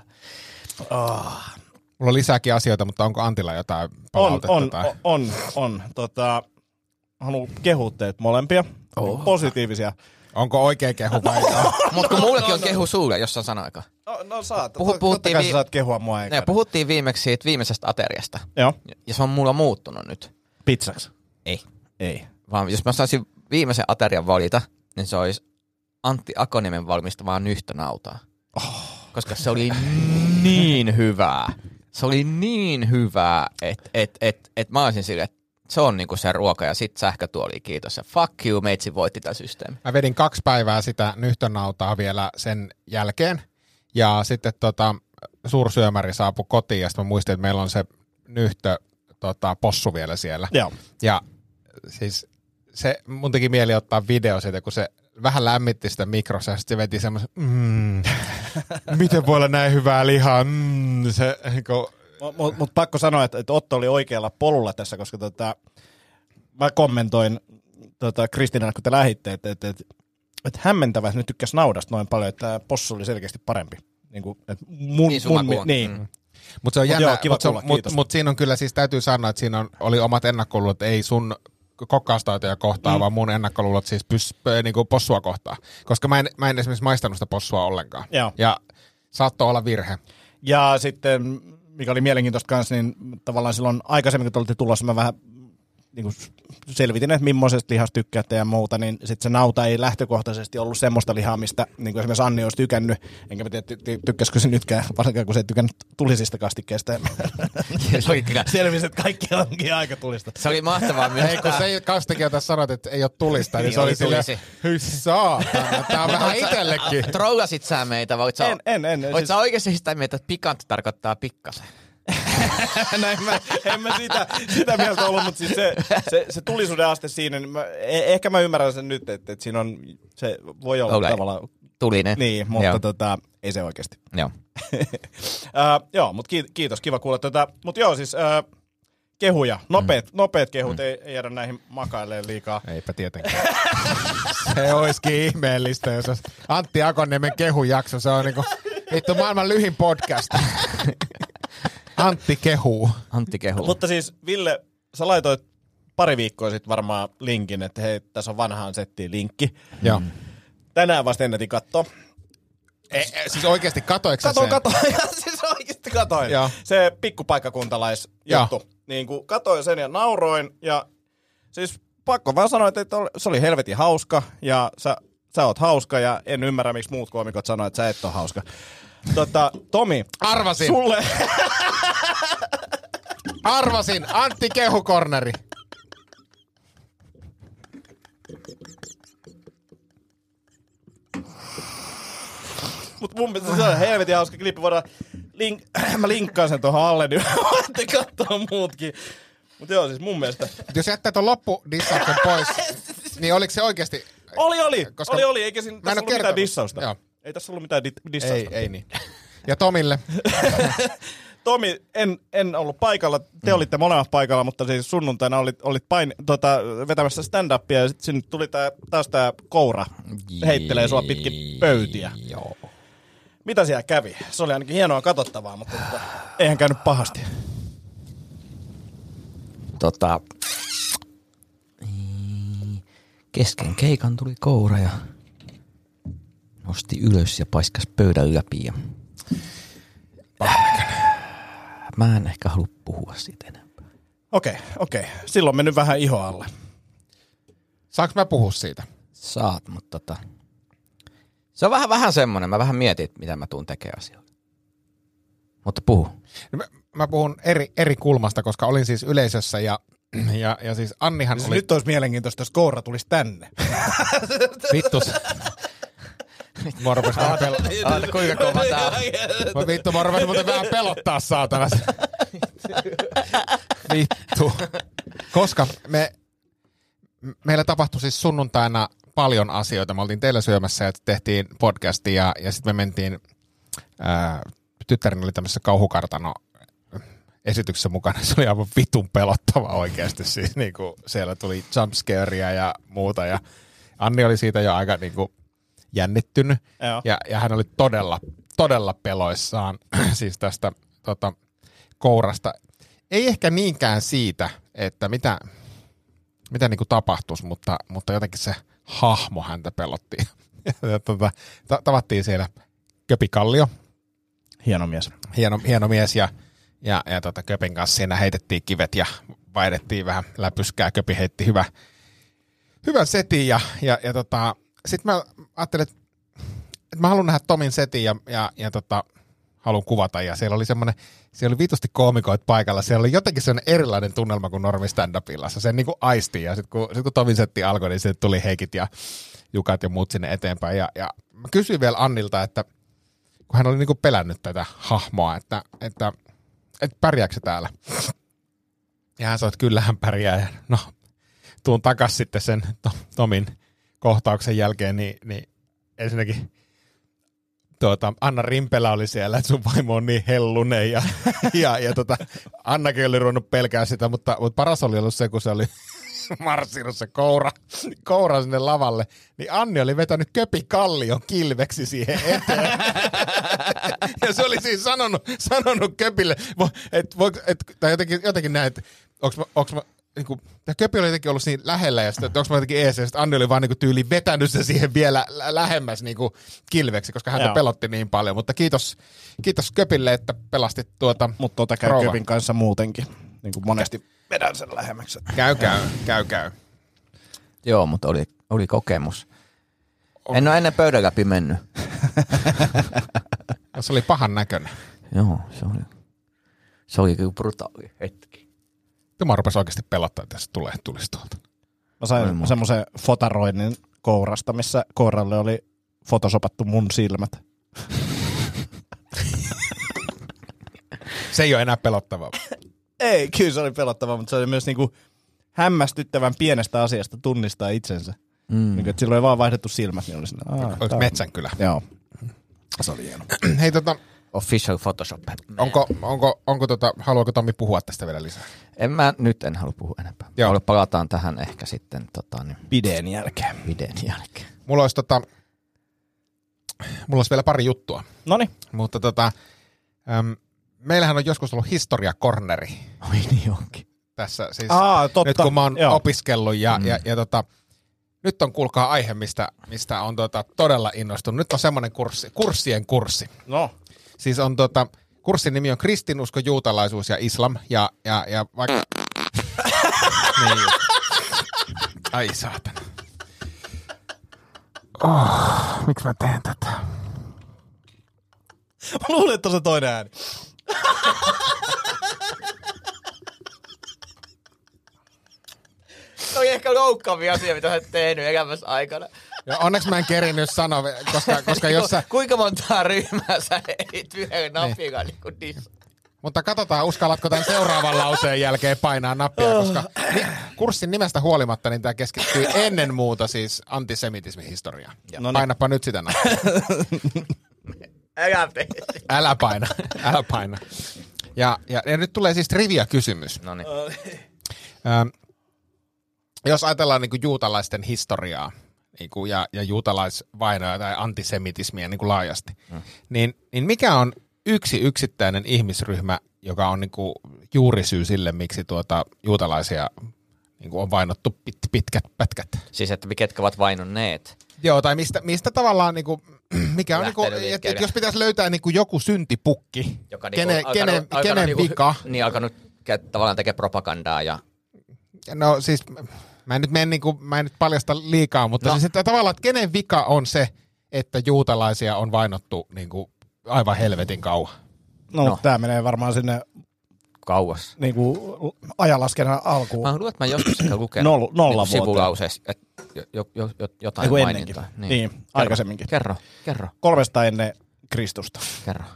Oh. Mulla on lisääkin asioita, mutta onko Antilla jotain palautetta? On, on, tai? on, on, on. Tota, haluan kehua teet molempia. Oh. Positiivisia. Onko oikein kehu vai? Mutta kun mullekin on kehu sulle, jos on sana-aika. No, no saat. Puhu- Totta puhuttiin kai vi- sä saat kehua mua eikä. Ja puhuttiin viimeksi siitä viimeisestä ateriasta. Joo. Ja se on mulla muuttunut nyt. Pizzaks? Ei. Ei. Vaan jos mä saisin viimeisen aterian valita, niin se olisi Antti Akoniemen valmistamaa nyhtönautaa. Oh. Koska se oli niin hyvää. Se oli niin hyvää, että et, et, et mä olisin silleen, että se on niinku se ruoka ja sit sähkötuoli, kiitos. Ja fuck you, meitsi voitti tää systeemi. Mä vedin kaksi päivää sitä nyhtönautaa vielä sen jälkeen. Ja sitten tota, suursyömäri saapui kotiin ja sitten mä muistin, että meillä on se nyhtö tota, possu vielä siellä. Joo. Ja siis se mun teki mieli ottaa video siitä, kun se vähän lämmitti sitä mikrossa ja sitten se veti semmoisen, mm, miten voi olla näin hyvää lihaa, mm, se, kun... Mutta mut pakko sanoa, että, että Otto oli oikealla polulla tässä, koska tota, mä kommentoin tota, Kristinaan, kun te lähditte, että, että, että, että hämmentävä, että nyt tykkäs naudasta noin paljon, että possu oli selkeästi parempi. Niin, kuin, että mun, Niin sun mun, makuun. niin. Mm. Mutta se on Mut jännä, joo, kiva mutta kuulla, mut, kiitos. mut siinä on kyllä siis täytyy sanoa, että siinä on, oli omat ennakkoluulot, että ei sun kokkaustaitoja kohtaan, mm. vaan mun ennakkoluulot siis pys, äh, niinku possua kohtaan. Koska mä en, mä en esimerkiksi maistanut sitä possua ollenkaan. Joo. Ja saattoi olla virhe. Ja sitten, mikä oli mielenkiintoista kanssa, niin tavallaan silloin aikaisemmin, kun te olitte tulossa, mä vähän niin kuin selvitin, että millaisesta lihasta tykkäätte ja muuta, niin sitten se nauta ei lähtökohtaisesti ollut semmoista lihaa, mistä niin kuin esimerkiksi Anni olisi tykännyt, enkä mä tiedä, ty- tykkäskö se nytkään, varsinkaan kun se ei tykännyt tulisista kastikkeista. Se oli kyllä. Selvisi, että kaikki onkin aika tulista. Se oli mahtavaa myös. Ei, kun se kastikin, jota sanoit, että ei ole tulista, niin, Niin se oli oli silleen, tulisi. hyi saatana, tää on vähän itsellekin. Trollasit sä meitä, vai oot sä, En, en, en. oot sä oikeasti sitä mieltä, että pikantti tarkoittaa pikkasen? Näin mä, en mä sitä, sitä mieltä ollut, mutta siis se, se, se tulisuuden aste siinä, niin mä, eh, ehkä mä ymmärrän sen nyt, että, että siinä on, se voi olla Ole. tavallaan, Tulinen. niin, mutta Joo. tota, ei se oikeasti. Joo. uh, joo, mutta kiitos, kiva kuulla tätä. Mutta joo, siis uh, kehuja, nopeat, mm. nopeat kehut, mm. ei, ei jäädä näihin makailemaan liikaa. Eipä tietenkään. Se olisikin ihmeellistä, jos olisi Antti Akonniemen kehujakso. Se on niinku, vittu maailman lyhin podcast. Antti kehuu. Antti kehuu. Mutta siis Ville, sä laitoit pari viikkoa sitten varmaan linkin, että hei, tässä on vanhaan settiin linkki. Joo. Tänään vasta ennätin katsoa. E, e, siis oikeasti katoiko sä Katoin, sen? katoin. siis oikeasti katoin. Joo. Se pikkupaikkakuntalaisjuttu. Niin kuin katoin sen ja nauroin. Ja siis pakko vaan sanoa, että se oli helvetin hauska. Ja sä, sä oot hauska ja en ymmärrä, miksi muut koomikot sanoo, että sä et ole hauska. Tota, Tomi. Arvasin. Sulle. Arvasin. Antti kehukorneri. Mutta mun mielestä se on helvetin hauska klippi. Voidaan link, mä linkkaan sen tuohon alle, niin voitte katsoa muutkin. Mutta joo, siis mun mielestä. Jos jättää ton loppudissauksen pois, niin oliko se oikeasti... Oli, oli. Koska oli, oli. Eikä siinä tässä ollut mitään dissausta. Joo. Ei tässä ollut mitään di- dissausta. Ei, ei niin. Ja Tomille. Tomi, en, en ollut paikalla. Te mm. olitte molemmat paikalla, mutta siis sunnuntaina olit, olit pain, tota, vetämässä stand-upia ja sitten sinne tuli tää, taas tää koura heittelee sua pitkin pöytiä. Joo. Mitä siellä kävi? Se oli ainakin hienoa katsottavaa, mutta tota, eihän käynyt pahasti. Tota, kesken keikan tuli koura ja nosti ylös ja paiskas pöydän läpi. Ja mä en ehkä halua puhua siitä enempää. Okei, okay, okei. Okay. Silloin on mennyt vähän iho alle. Saanko mä puhua siitä? Saat, mutta tota, se on vähän, vähän semmoinen. Mä vähän mietin, mitä mä tuun tekemään asioita. Mutta puhu. Mä, mä puhun eri, eri kulmasta, koska olin siis yleisössä ja, ja, ja siis Annihan siis oli... Nyt olisi mielenkiintoista, jos koura tulisi tänne. Vittus. Mua rupesi vähän pelottaa. Aata, kuinka kova tää on? Vittu, mua rupesi muuten vähän pelottaa, saatana. Vittu. Koska me, meillä tapahtui siis sunnuntaina paljon asioita. Me oltiin teillä syömässä ja tehtiin podcastia ja, ja sitten me mentiin, ää, tyttäreni oli tämmöisessä kauhukartano esityksessä mukana. Se oli aivan vitun pelottava oikeasti. Siis niinku siellä tuli jumpscarea ja muuta ja Anni oli siitä jo aika niinku jännittynyt ja, ja hän oli todella, todella peloissaan siis tästä tota, kourasta. Ei ehkä niinkään siitä, että mitä, mitä niinku tapahtuisi, mutta, mutta jotenkin se hahmo häntä pelotti. ja, tota, ta- tavattiin siellä Köpi Kallio. Hieno mies. Hieno, hieno mies ja, ja, ja tota, Köpin kanssa siinä heitettiin kivet ja vaihdettiin vähän läpyskää. Köpi heitti hyvä, hyvän setin ja, ja, ja tota, sitten mä ajattelin, että, että mä haluan nähdä Tomin setin ja, ja, ja tota, haluan kuvata. Ja siellä oli semmoinen, siellä oli vitusti koomikoita paikalla. Siellä oli jotenkin sellainen erilainen tunnelma kuin normi stand-upilla. Se sen niin kuin aisti. Ja sitten kun, sit kun Tomin setti alkoi, niin sitten tuli Heikit ja Jukat ja muut sinne eteenpäin. Ja, ja mä kysyin vielä Annilta, että kun hän oli niin kuin pelännyt tätä hahmoa, että, että, että pärjääkö se täällä? Ja hän sanoi, että kyllä hän pärjää. Ja no, tuun takas sitten sen Tomin kohtauksen jälkeen, niin, niin ensinnäkin tuota, Anna Rimpelä oli siellä, että sun vaimo on niin hellunen ja, ja, ja tota, Annakin oli ruvennut pelkää sitä, mutta, mutta paras oli ollut se, kun se oli marssinut se koura, koura sinne lavalle, niin Anni oli vetänyt Köpi Kallion kilveksi siihen eteen. Ja se oli siis sanonut, sanonut Köpille, että et, tai jotenkin, jotenkin näin, että onko mä niin kuin, tämä Köpi oli jotenkin ollut siinä lähellä ja sitten, että onko mä jotenkin ees, ja sitten Anni oli vaan niin kuin tyyliin vetänyt se siihen vielä lähemmäs niin kuin kilveksi, koska häntä Joo. pelotti niin paljon. Mutta kiitos, kiitos Köpille, että pelastit tuota Mutta tuota käy rouva. Köpin kanssa muutenkin, niin kuin monesti vedän sen lähemmäksi. Käy, käy, käy, käy. Joo, mutta oli, oli kokemus. En ole ennen pöydän läpi mennyt. Se oli pahan näköinen. Joo, se oli, se oli kyllä brutaali hetki. Tämä rupesi oikeasti pelottaa, että se tulee, tulisi tuolta. Mä sain semmoisen fotaroinnin kourasta, missä kouralle oli fotosopattu mun silmät. Se ei ole enää pelottavaa. Ei, kyllä se oli pelottavaa, mutta se oli myös niinku hämmästyttävän pienestä asiasta tunnistaa itsensä. Mm. Niin, että silloin ei vaan vaihdettu silmät, niin oli siinä. Oliko Metsänkylä? Joo. Se oli hieno. Hei tota, official Photoshop. Onko, onko, onko tota, haluaako Tommi puhua tästä vielä lisää? En mä, nyt en halua puhua enempää. Joo. Palataan tähän ehkä sitten tota, niin, Bideen jälkeen. Bideen jälkeen. Mulla olisi, tota, mulla olisi vielä pari juttua. Noniin. Mutta tota, äm, meillähän on joskus ollut historiakorneri. Oi niin onkin. Tässä siis, Aa, totta. nyt kun mä oon Joo. opiskellut ja, Mm. ja, ja tota, nyt on kuulkaa aihe, mistä, mistä on tota, todella innostunut. Nyt on semmoinen kurssi, kurssien kurssi. No. Siis on tota, kurssin nimi on kristinusko, juutalaisuus ja islam. Ja, ja, ja vaikka... niin just. Ai saatana. Oh, miksi mä teen tätä? Mä luulen, että on se toinen ääni. Se oli ehkä loukkaavia asia, mitä olet tehnyt elämässä aikana. Ja onneksi mä en kerinyt sanoa, koska, koska jos sä... Kuinka montaa ryhmää sä ehdit yhden napilla niin kuin diss? Mutta katsotaan, uskallatko tämän seuraavan lauseen jälkeen painaa nappia, koska ni- kurssin nimestä huolimatta niin tämä keskittyy ennen muuta siis antisemitismin historiaan. No niin. Painapa nyt sitä nappia. Älä tee. Älä paina, älä paina. Ja, ja, ja nyt tulee siis trivia kysymys. No niin. Ähm, jos ajatellaan niin kuin juutalaisten historiaa niin kuin, ja, ja juutalaisvainoja tai antisemitismiä niin kuin laajasti, mm. niin, niin mikä on yksi yksittäinen ihmisryhmä, joka on niin kuin juurisyy sille, miksi tuota juutalaisia niin kuin on vainottu pit, pitkät pätkät? Siis, että ketkä ovat vainonneet. Joo, tai mistä, mistä tavallaan, niin kuin, mikä on, niin kuin, Lähtenyt että et jos pitäisi löytää niin kuin joku syntipukki, Joka kenen, niinku alkanut- kenen, alkanut kenen niinku- vika. Niin, alkanut ke- tavallaan tekee propagandaa ja... No siis, mä en nyt, mene, niin kuin, mä en nyt paljasta liikaa, mutta No. no. siis että tavallaan, että kenen vika on se, että juutalaisia on vainottu niin kuin, aivan helvetin kauan. No, No. no. Tää menee varmaan sinne Kauas. niinku ajanlaskennan alkuun. Mä luulen, että mä joskus ehkä lukenut Noll- nolla niin vuoteen. sivulauseessa, että jo, jo, jo, jotain Eiku ennenkin. mainintaa. Niin, aikaisemminkin. Kerro, kerro, Kolmesta ennen Kristusta. kerro.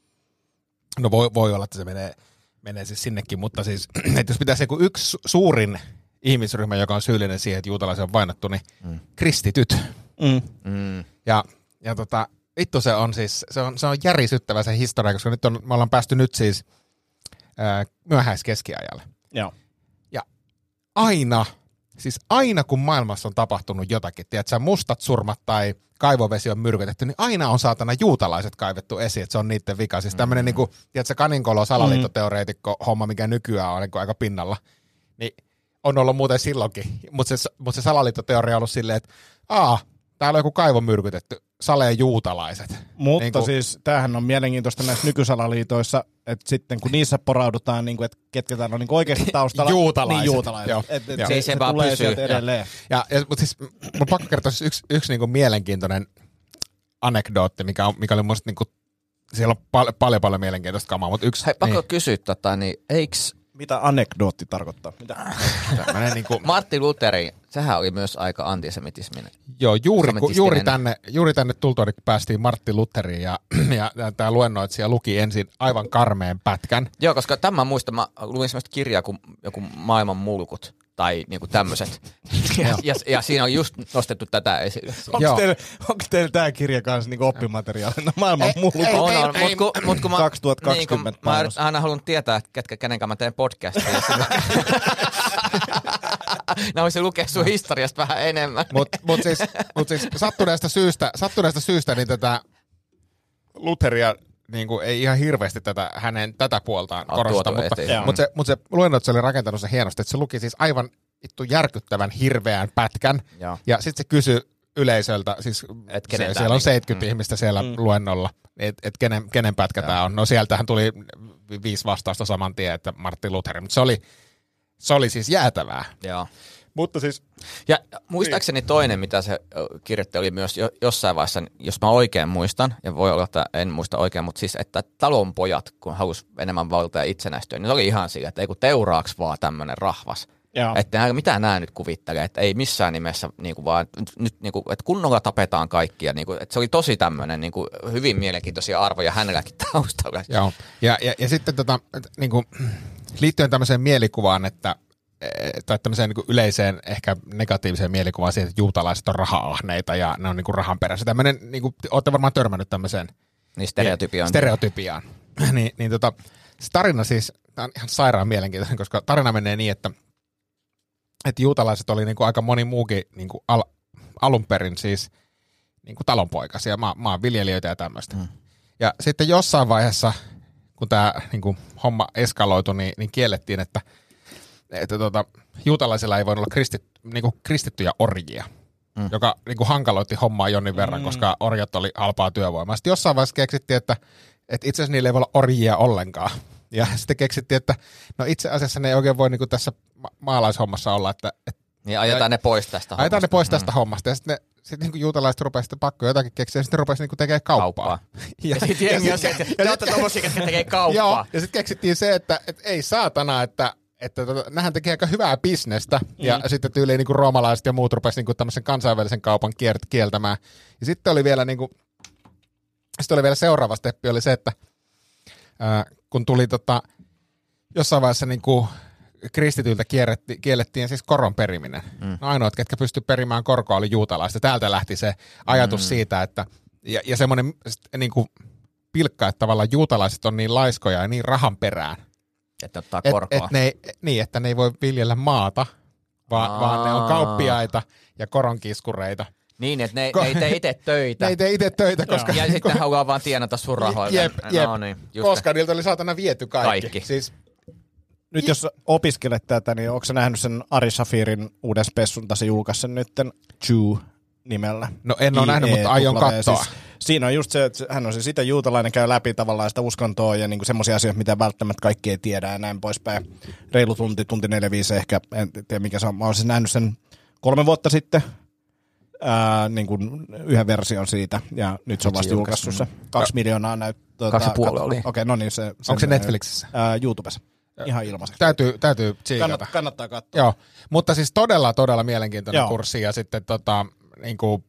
No voi, voi olla, että se menee, menee siis sinnekin, mutta siis, että jos pitäisi joku yksi suurin ihmisryhmä, joka on syyllinen siihen, että juutalaisia on vainottu, niin mm. kristityt. Mm. Mm. Ja, ja tota, vittu se on siis, se on, se on järisyttävä se historia, koska nyt on, me ollaan päästy nyt siis ää, myöhäiskeskiajalle. Joo. Ja aina, siis aina kun maailmassa on tapahtunut jotakin, tiedätkö, mustat surmat tai kaivovesi on myrkytetty, niin aina on saatana juutalaiset kaivettu esiin, että se on niiden vika. Siis tämmöinen, mm. niin kuin, tiedätkö, kaninkolo salaliittoteoreetikko homma, mikä nykyään on niin kuin aika pinnalla, niin on ollut muuten silloinkin. Mutta se, mut se salaliittoteoria on ollut silleen, että aa, täällä on joku kaivo myrkytetty, salee juutalaiset. Mutta Niin kuin- siis tämähän on mielenkiintoista näissä nykysalaliitoissa, että sitten kun niissä poraudutaan, niin kuin, että ketkä täällä on niin oikeasti taustalla, Juutalaiset. niin juutalaiset. Joo. Et, et Joo. se, Se- se, se vaan tulee pysyy. sieltä edelleen. Ja, ja, mutta siis mun on pakko kertoa siis yksi, yksi niin kuin mielenkiintoinen anekdootti, mikä, on, mikä oli musta niin kuin, siellä on pal- paljon paljon mielenkiintoista kamaa, mutta yksi, Hei, pakko niin, kysyä, tota, niin eiks Mitä anekdootti tarkoittaa? Mitä? tämmönen niin kuin, Martti Lutheri, sehän oli myös aika antisemitisminen. joo, juuri, ku, Antisemitistinen. juuri, tänne, juuri tänne tultua, niin päästiin Martti Lutheriin ja, ja, ja tämä luennoitsija luki ensin aivan karmeen pätkän. Joo, koska tämän muistan, mä luin sellaista kirjaa kuin joku Maailman mulkut tai niinku tämmöiset. ja, ja, ja siinä on just nostettu tätä esille. Joo. Onko teillä, onko teillä tämä kirja kanssa niinku oppimateriaalina? Maailman Ei, mulkut. ei, On, ei, on, ei, mutta kun, mut kun mä, kaksituhattakaksikymmentä niin kun mä painos. aina halunnut tietää, että ketkä, kenen kanssa mä teen podcastia. Ja sit mä voisin lukea sun historiasta vähän enemmän. Mutta mut siis, mut siis sattuneesta syystä, sattuneesta syystä niin tätä Lutheria niin kuin ei ihan hirveästi tätä, hänen tätä puoltaan On korosta, tuotu mutta, eteen. mutta se, mutta se luennoitsija oli rakentanut se hienosti, että se luki siis aivan vittu järkyttävän hirveän pätkän, Joo. ja sitten se kysyi yleisöltä, siis Et se, kenen tää siellä on niinku- seitsemänkymmentä mm. ihmistä siellä Mm. luennolla, että et kenen, kenen pätkä tämä on. No sieltähän tuli viisi vastausta saman tien, että Martti Luther, mutta se oli, se oli siis jäätävää. Joo. Mutta siis, Ja muistaakseni toinen, mitä se ö, kirjoitti, oli myös jo, jossain vaiheessa, jos mä oikein muistan, ja voi olla, että en muista oikein, mutta siis, että talonpojat, kun halusi enemmän valtaa ja itsenäistyä, niin se oli ihan sillä, että ei kun teuraaks vaan tämmöinen rahvas. Joo. Että nää- mitä nämä nyt kuvittelee, että ei missään nimessä niin kuin vaan, nyt niin kuin, että kunnolla tapetaan kaikkia, niin kuin, että se oli tosi tämmöinen niin kuin, hyvin mielenkiintoisia arvoja hänelläkin taustalla. joo. Ja, ja, ja sitten tota, niin kuin, liittyen tämmöiseen mielikuvaan, että tai tämmöiseen niin kuin yleiseen ehkä negatiiviseen mielikuvaan siihen, että juutalaiset on raha-ahneita ja ne on niin kuin rahan perässä. Tämmöinen, niin kuin, olette varmaan törmännyt tämmöiseen Niin stereotypioon. Stereotypiaan. niin, niin tota, se tarina siis, tämä on ihan sairaan mielenkiintoinen, koska tarina menee niin, että, että juutalaiset oli niin kuin aika moni muukin niin kuin al, alun perin siis niin kuin talonpoikaisia, ma, maanviljelijöitä ja tämmöistä. Mm. Ja sitten jossain vaiheessa, kun tämä niin kuin homma eskaloitui, niin, niin kiellettiin, että, että tuota, juutalaisilla ei voinut olla kristit, niin kuin kristittyjä orjia, mm. joka niin kuin hankaloitti hommaa jonnin verran, mm. koska orjat oli halpaa työvoimaa. Sitten jossain vaiheessa keksittiin, että, että itse asiassa niillä ei voi olla orjia ollenkaan. Ja sitten keksittiin, että no itse asiassa ne ei oikein voi niin kuin tässä ma- maalaishommassa olla, että, että niin ajetaan ne pois tästä ajetaan hommasta. ne pois tästä mm. hommasta. Ja sitten ne sitten niin juutalaiset rupesivat sitten pakko jotakin keksiä, ja sitten rupesivat niin tekemään kauppaa. kauppaa. Ja, ja sitten jengi on se, että te olette tommosia, ketkä tekee kauppaa. Joo, ja sitten keksittiin se, että, että ei saatana, että, että tota, nämähän tekee aika hyvää bisnestä, mm. ja sitten tyyliin niin kuin roomalaiset ja muut rupesivat niin tämmöisen kansainvälisen kaupan kieltämään. Ja sitten oli vielä, niin kuin, sitten oli vielä seuraava steppi, oli se, että ää, kun tuli tota, jossain vaiheessa niin kuin kristityiltä kiellettiin siis koron periminen. Mm. No ainoat, ketkä pystyivät perimään korkoa, oli juutalaiset. Täältä lähti se ajatus mm. siitä, että ja, ja semmoinen niin kuin pilkka, että tavallaan juutalaiset on niin laiskoja ja niin rahan perään. Että ottaa korkoa. Et, et ne ei, niin, että ne ei voi viljellä maata, vaan, vaan ne on kauppiaita ja koronkiskureita. Niin, että ne, Ko- ne ei tee itse töitä. Ne ei tee itse töitä, koska... Ja sitten ne haluaa vaan tienata sun rahoilla. Jep, jep. No niin, koska ne. Niiltä oli saatana viety kaikki. kaikki. Siis, nyt jos opiskelet tätä, niin onko sä nähnyt sen Ari Shafirin uuden spessun, tai se julkaisi sen nytten Jew nimellä? No en ole nähnyt, mutta aion katsoa. Siis, siinä on just se, että hän on siis sitä juutalainen, käy läpi tavallaan sitä uskontoa ja niinku semmoisia asioita, mitä välttämättä kaikki ei tiedä ja näin poispäin. Reilu tunti, tunti neljä viisi ehkä, en tiedä mikä se on. Mä olen siis nähnyt sen kolme vuotta sitten, ää, niin kuin yhden version siitä, ja nyt se on vasta julkaissut se. Kaksi miljoonaa näyttää. Kaksi ja puoli oli. Okei, okay, no niin. Se, onko se Netflixissä? Ää, YouTubessa. Ihan ilmaiseksi. Täytyy, täytyy tsiikata. Kannattaa, kannattaa katsoa. Joo, mutta siis todella, todella mielenkiintoinen Joo. kurssi, ja sitten tota, niin kuin,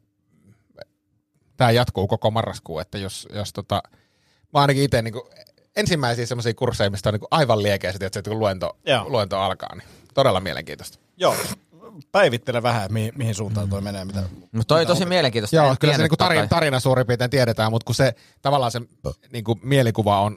tämä jatkuu koko marraskuun, että jos, jos tota, mä ainakin itse niin kuin, ensimmäisiä semmoisia kursseja, mistä on niin kuin aivan liekeä sitten, että se kun luento, luento alkaa, niin todella mielenkiintoista. Joo, päivittele vähän, mihin, mihin suuntaan toi menee. Mitä, mutta toi mitä tosi opet- mielenkiintoista. Joo, kyllä se niin kuin tarina, tarina suurin piirtein tiedetään, mutta kun se tavallaan se niin kuin mielikuva on,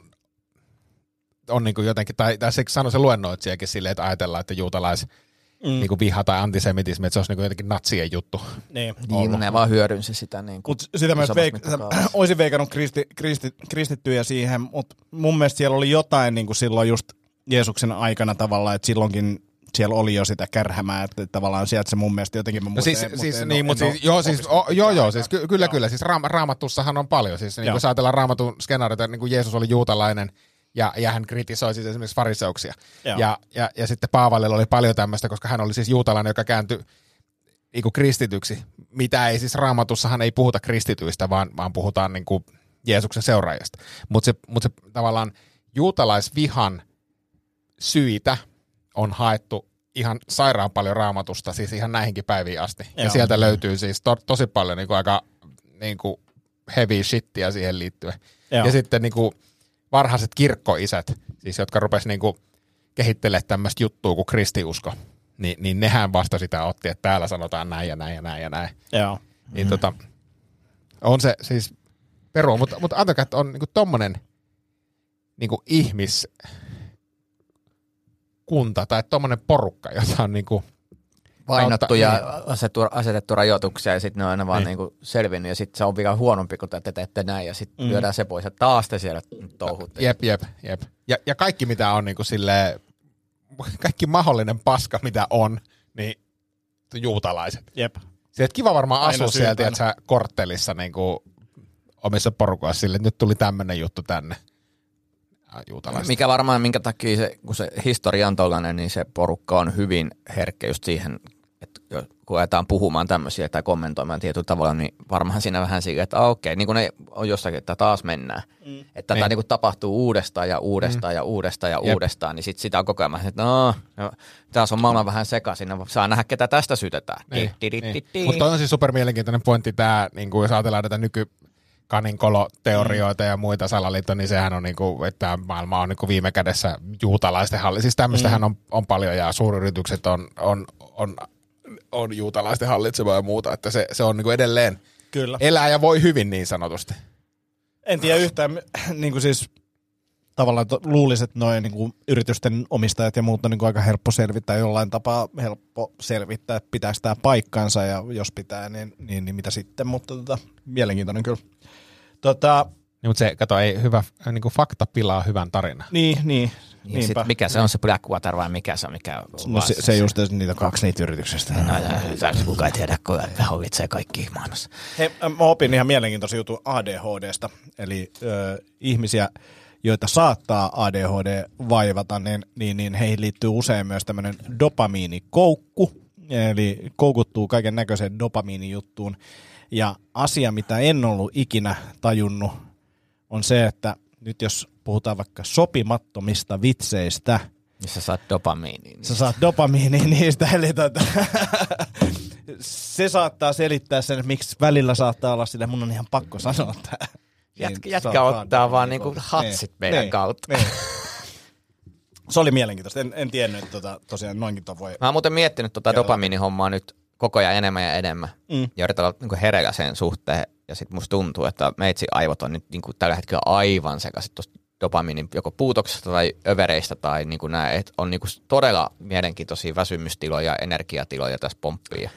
on niin kuin jotenkin, tai, tai se sanoi se luennoitsijakin silleen, että ajatellaan, että juutalais mm. niin kuin viha tai antisemitismi, että se olisi niin kuin jotenkin natsien juttu. Niin, niin ne vaan hyödynsi sitä. Niin kuin, mut sitä mä veik- olisin veikannut kristi, kristi, kristittyjä siihen, mutta mun mielestä siellä oli jotain niin kuin silloin just Jeesuksen aikana tavallaan, että silloinkin siellä oli jo sitä kärhämää, että tavallaan sieltä se mun mielestä jotenkin... Mä no siis, en, siis, en, niin, mutta siis, joo, siis, o, joo, joo, siis ky- kyllä, joo. kyllä, siis raam- Raamatussahan on paljon, siis niin kuin ajatellaan Raamatun skenaarioita, niin kuin Jeesus oli juutalainen, ja, ja hän kritisoi siis esimerkiksi fariseuksia. Ja, ja, ja sitten Paavalilla oli paljon tämmöistä, koska hän oli siis juutalainen, joka kääntyi niin kuin kristityksi. Mitä ei siis Raamatussahan ei puhuta kristityistä, vaan, vaan puhutaan niin kuin Jeesuksen seuraajista. Mutta se, mut se tavallaan juutalaisvihan syitä on haettu ihan sairaan paljon Raamatusta, siis ihan näihinkin päiviin asti. Joo. Ja sieltä löytyy siis to, tosi paljon niin kuin aika niin kuin heavy shittiä siihen liittyen. Joo. Ja sitten niin kuin varhaiset kirkkoisät, siis jotka rupesi niin kuin kehittelemään tämmöistä juttua kuin kristiusko, niin, niin nehän vasta sitä otti, että täällä sanotaan näin ja näin ja näin ja näin. Joo. Niin mm. tota, on se siis peru, mutta, mutta antakaa, että on niin kuin tommonen niin kuin ihmis... kunta tai tommonen porukka, jota on niinku vainottu ja niin. asetettu, asetettu rajoituksia ja sitten ne on aina vaan niin. niinku selvinnyt ja sitten se on vielä huonompi, kun te teette näin ja sitten mm. lyödään se pois ja taas te siellä touhutte. Jep, jep, jep. Ja, ja kaikki mitä on niinku silleen, kaikki mahdollinen paska mitä on, niin juutalaiset. Jep. Sieltä kiva varmaan asua sieltä, että sä korttelissa niinku omissa porukoissa sille, että nyt tuli tämmönen juttu tänne. Mikä varmaan, minkä takia se, kun se historia on tollainen, niin se porukka on hyvin herkkä just siihen, että kun ajetaan puhumaan tämmöisiä tai kommentoimaan tietyllä tavalla, niin varmaan siinä vähän sillä, että ah, okei, niin kuin ne on jossakin, että taas mennään. Mm. Että tätä niin kuin tapahtuu uudestaan ja uudestaan mm. ja uudestaan ja Jep. uudestaan, niin sit sitä on koko ajan, että no, taas on maailman vähän sekaisin, saa nähdä, ketä tästä syytetään. Niin. Niin. Mutta toi on siis super mielenkiintoinen pointti tämä, niin jos ajatellaan tätä nyky... kaninkoloteorioita mm. ja muita salaliittoja, niin sehän on niinku, että maailma on niinku viime kädessä juutalaisten halli. Siis tämmöistähän mm. on, on paljon ja suuryritykset on, on, on, on juutalaisten hallitsevaa ja muuta, että se, se on niinku edelleen Kyllä. elää ja voi hyvin niin sanotusti. En tiedä yhtään, niin kuin siis tavallaan luulisin, että noin niin kuin yritysten omistajat ja muut on niin kuin aika helppo selvittää, jollain tapaa helppo selvittää, että pitääkö tämä paikkansa ja jos pitää, niin, niin, niin mitä sitten, mutta tota, mielenkiintoinen kyllä. Tota, niin, mutta se, kato, ei hyvä, niin kuin fakta pilaa hyvän tarinan. Niin, niin. Ja sit mikä se on se Blackwater vai mikä se on? Mikä no se, se just niitä kaksi niitä yrityksestä. No, no, kukaan ei tiedä, kun hallitsee kaikki maailmassa. Hei, mä opin ihan mielenkiintoisen jutun A D H D:stä, eli ö, ihmisiä, joita saattaa A D H D vaivata, niin, niin, niin heihin liittyy usein myös tämmöinen dopamiinikoukku, eli koukuttuu kaiken näköiseen dopamiinijuttuun. Ja asia, mitä en ollut ikinä tajunnut, on se, että nyt jos puhutaan vaikka sopimattomista vitseistä, niin sä saat dopamiiniin. Sä saat dopamiiniin niistä, eli tota, se saattaa selittää sen, että miksi välillä saattaa olla sille, mun on ihan pakko sanoa tää. Jätkä, jätkä ottaa vaan niinku hatsit meidän ne, kautta. Ne. Se oli mielenkiintoista, en, en tiennyt, että tota, tosiaan noinkin ton voi. Mä oon muuten miettinyt tota dopamiinihommaa nyt koko ajan enemmän ja enemmän. Mm. Ja yritän olla niinku hereillä sen suhteen. Ja sit musta tuntuu, että meitsi aivot on nyt niinku tällä hetkellä aivan sekaisin tuosta dopamiinin joko puutoksesta tai övereistä tai niinku nää, että on niinku todella mielenkiintoisia väsymystiloja ja energiatiloja tässä pomppia.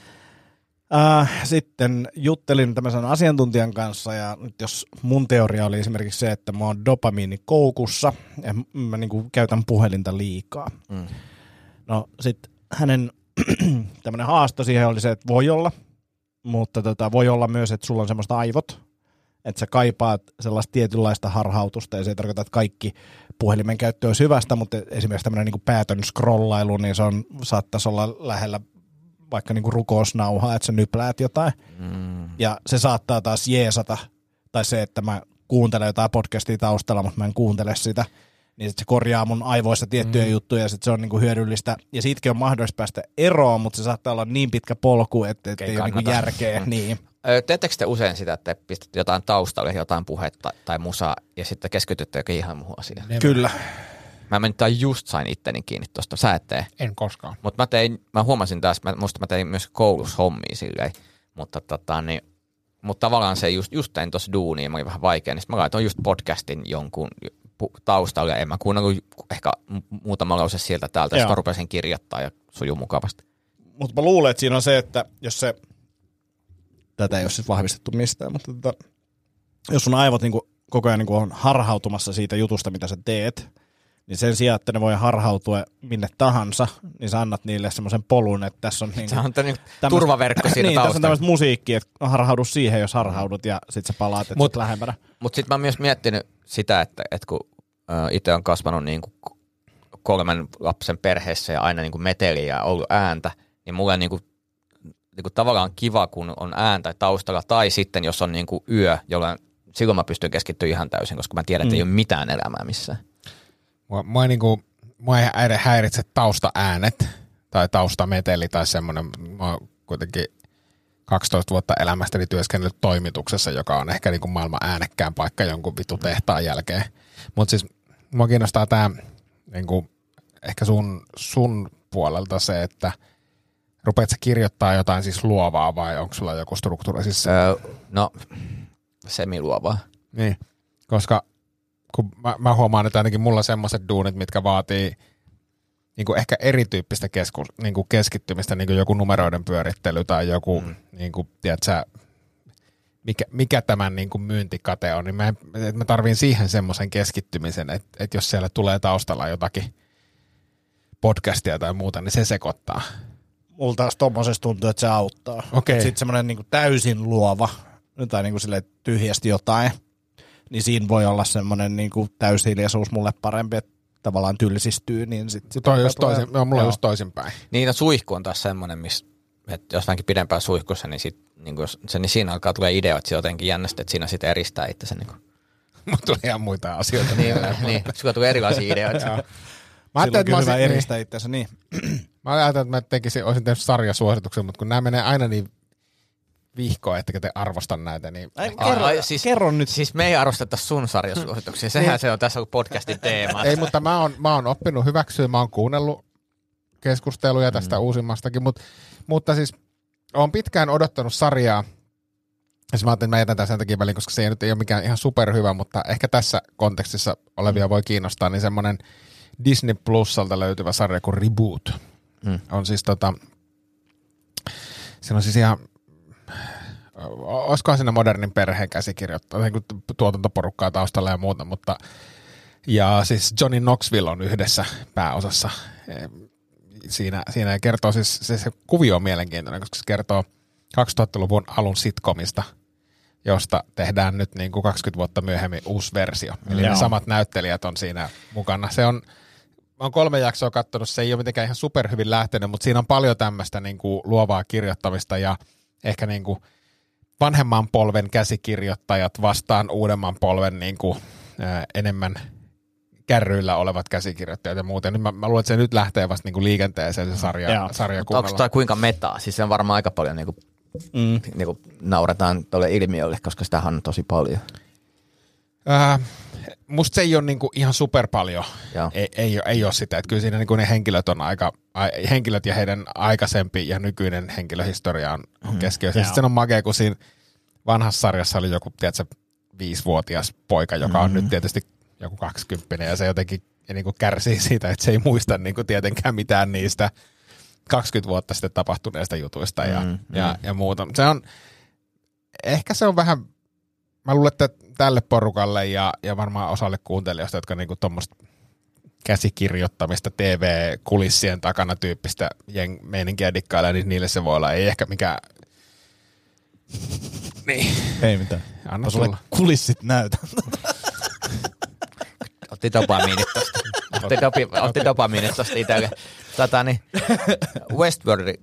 Äh, sitten juttelin tämmöisen asiantuntijan kanssa ja nyt jos mun teoria oli esimerkiksi se, että mä oon dopamiinikoukussa ja mä niinku käytän puhelinta liikaa. Mm. No sit hänen tämmönen haasto siihen oli se, että voi olla, mutta tota, voi olla myös, että sulla on semmoista aivot, että sä kaipaat sellaista tietynlaista harhautusta ja se ei tarkoita, että kaikki puhelimen käyttö olisi hyvästä, mutta esimerkiksi tämmöinen niinku päätön scrollailu, niin se on, saattaisi olla lähellä vaikka niinku rukousnauhaa, että sä nypläät jotain. Mm. Ja se saattaa taas jeesata, tai se, että mä kuuntelen jotain podcastia taustalla, mutta mä en kuuntele sitä, niin sit se korjaa mun aivoissa tiettyjä mm. juttuja, ja sit se on niinku hyödyllistä. Ja siitäkin on mahdollista päästä eroon, mutta se saattaa olla niin pitkä polku, että et ei ole niinku järkeä. Mm. Niin. Teettekö te usein sitä, että pistätte jotain taustalle, jotain puhetta tai musaa, ja sitten keskitytte jokin ihan muuhun asiaan? Kyllä. Mä menin just sain itteni kiinni tuosta. Sä et tee. En koskaan. Mutta mä tein, mä huomasin taas, mä, musta mä tein myös koulussa hommia silleen, mutta tota niin, mutta tavallaan se just, just tein tuossa duunia, mä olin vähän vaikea, niin sitten mä laitoin just podcastin jonkun taustalle, ja en mä kuunnellut ehkä muutama lause sieltä täältä, ja sitten mä rupesin kirjoittaa ja sujuu mukavasti. Mutta mä luulen, että siinä on se, että jos se, tätä ei ole siis vahvistettu mistään, mutta tota, jos sun aivot niinku koko ajan niinku on harhautumassa siitä jutusta, mitä sä teet, niin sen sijaan, että ne voi harhautua minne tahansa, niin sä annat niille semmoisen polun, että tässä on niinku... Se on niinku turvaverkko siinä niin, taustalla. Tässä on tämmöistä musiikkia, että harhaudu siihen, jos harhaudut, ja sit sä palaat, että mut, lähempänä. Mutta sit mä oon myös miettinyt sitä, että, että kun itse on kasvanut niinku kolmen lapsen perheessä ja aina niinku meteliä ja ollut ääntä, niin mulle on niinku, niinku tavallaan kiva, kun on ääntä taustalla, tai sitten jos on niinku yö, jolloin silloin mä pystyn keskittymään ihan täysin, koska mä tiedän, että mm. ei ole mitään elämää missään. Mua, mua, ei niinku, mua ei häiritse taustaäänet tai taustameteli tai semmoinen. Mä oon kuitenkin kaksitoista vuotta elämästäni työskennellyt toimituksessa, joka on ehkä niinku maailman äänekkään paikka jonkun vitu tehtaan jälkeen. Mutta siis mua kiinnostaa tää niinku, ehkä sun, sun puolelta se, että rupeat sä kirjoittaa jotain siis luovaa vai onko sulla joku struktuuri? Siis öö, no, semi-luovaa. Niin, koska kun mä, mä huomaan, että ainakin mulla semmoiset duunit, mitkä vaatii niin kuin ehkä erityyppistä keskus, niin kuin keskittymistä, niin kuin joku numeroiden pyörittely tai joku, mm. niin kuin, tiedätkö, mikä, mikä tämän niin kuin myyntikate on, niin mä, mä tarviin siihen semmoisen keskittymisen, että, että jos siellä tulee taustalla jotakin podcastia tai muuta, niin se sekoittaa. Mulla taas tommosessa tuntuu, että se auttaa. Okay. Sitten semmoinen niin kuin täysin luova, tai niin kuin silleen tyhjästi jotain, niin siinä voi olla semmoinen niin kuin täyshiljaisuus mulle parempi, että tavallaan tylsistyy. Niin sit, sit toi just toisin, joo, mulla on just toisinpäin. Niin, no suihku on taas semmoinen, missä, että jos vähänkin pidempään suihkussa, niin, sit, niin, kun se, niin siinä alkaa tulee idea, että se jotenkin jännästi, että siinä sitten eristää itsensä. Niin mulla tulee ihan muita asioita. niin, niin, sulla tulee erilaisia ideoita. Mä ajattelin, että mä olisin hyvä eristää niin. itsensä, niin. Mä ajattelin, että mä tekisin, olisin tehnyt sarjasuosituksen, mutta kun nämä menee aina niin vihkoa, ettekä te arvosta näitä, niin... Ai, kerro, Ai, siis, kerro nyt. Siis me ei arvosteta sun sarjasuosituksia, sehän se on tässä podcastin teema. Ei, mutta mä oon, mä oon oppinut hyväksyä, mä oon kuunnellut keskusteluja tästä mm. uusimmastakin, mutta, mutta siis oon pitkään odottanut sarjaa, Siis mä ajattelin, että mä jätän tämän sen takia väliin, koska se ei nyt ei ole mikään ihan superhyvä, mutta ehkä tässä kontekstissa olevia voi kiinnostaa, niin semmoinen Disney Plusalta löytyvä sarja kuin Reboot. Mm. On siis tota, siinä on siis ihan, olisikohan siinä modernin perheen käsikirjoittaa, niin tuotantoporukkaa taustalla ja muuta, mutta ja siis Johnny Knoxville on yhdessä pääosassa siinä, siinä kertoo siis, se, se kuvio on mielenkiintoinen, koska se kertoo kaksituhattaluvun alun sitcomista, josta tehdään nyt niin kuin kaksikymmentä vuotta myöhemmin uusi versio. Eli Joo. ne samat näyttelijät on siinä mukana. Se on, mä oon kolme jaksoa katsonut, se ei ole mitenkään ihan superhyvin lähtenyt, mutta siinä on paljon tämmöistä niin kuin luovaa kirjoittamista ja ehkä niin kuin vanhemman polven käsikirjoittajat vastaan uudemman polven niin kuin, ää, enemmän kärryillä olevat käsikirjoittajat ja muuten. Nyt mä, mä luulen, että se nyt lähtee vasta niin kuin liikenteeseen se sarja, sarja kuunnella. Onko tämä kuinka metaa? Siis se on varmaan aika paljon niin kuin Mm. niin kuin nauretaan tuolle ilmiölle, koska sitä on tosi paljon. Äh, musta se ei ole niinku ihan super paljon. Ei, ei, ei ole sitä. Että kyllä siinä niinku ne henkilöt on aika, henkilöt ja heidän aikaisempi ja nykyinen henkilöhistoria on, on keskiössä. Mm. Sitten on makea, kun siinä vanhassa sarjassa oli joku, tiedätkö, viisivuotias poika, joka on mm. nyt tietysti joku kaksikymppinen ja se jotenkin niinku kärsii siitä, että se ei muista niinku tietenkään mitään niistä kaksikymmentä vuotta sitten tapahtuneista jutuista ja, mm, ja, mm. ja muuta. Se on, ehkä se on vähän, mä luulen, että tälle porukalle ja, ja varmaan osalle kuuntelijoista, jotka niinku tuommoista käsikirjoittamista T V-kulissien takana tyyppistä jeng- meininkiä dikkailee, niin niille se voi olla. Ei ehkä mikään. Niin. Ei mitään. Anna sulle kulissit näytä. Otti dopamiinit tosta. Otti, dopi, otti dopamiinit tosta itselle. Tota niin, Westworld,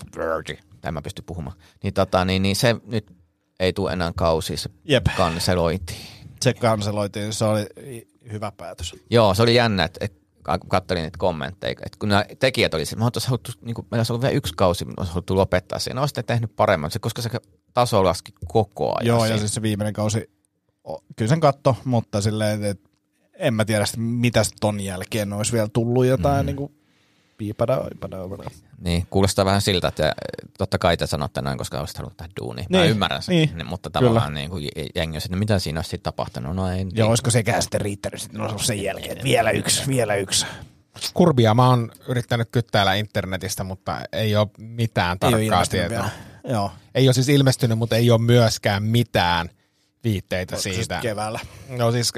tai mä pystyn puhumaan, niin, tota, niin, niin se nyt ei tule enää kausi, se Jep. kanseloitiin. Se kanseloitiin, se oli hyvä päätös. Joo, se oli jännä, että et, katselin niitä kommentteja, että kun nämä tekijät oli, me oltaisiin haluttu, niin kuin, meillä olisi ollut vielä yksi kausi, me olisi haluttu lopettaa siinä, olisitte tehnyt paremmin, koska se taso laski koko ajan. Joo, siinä. Ja siis se viimeinen kausi, kyllä sen katto, mutta silleen, että en mä tiedä, mitä ton jälkeen olisi vielä tullut jotain mm. niin kuin piipada, ipada, ipada. Niin, kuulostaa vähän siltä, että totta kai te sanotte näin, koska olisit halunnut tehdä duunia. Niin, mä ymmärrän sen, niin, mutta tavallaan niin kuin jengi olisi, että mitä siinä olisi sitten tapahtunut. No ei. Ja olisiko sekään sitten riittänyt sitten no, sen jälkeen, vielä yksi, vielä yksi. Kurbia mä oon yrittänyt kyttäällä internetistä, mutta ei ole mitään ei tarkkaa ole tietoa. Joo. Ei ole siis ilmestynyt, mutta ei ole myöskään mitään viitteitä Oliko siitä. Keväällä. No siis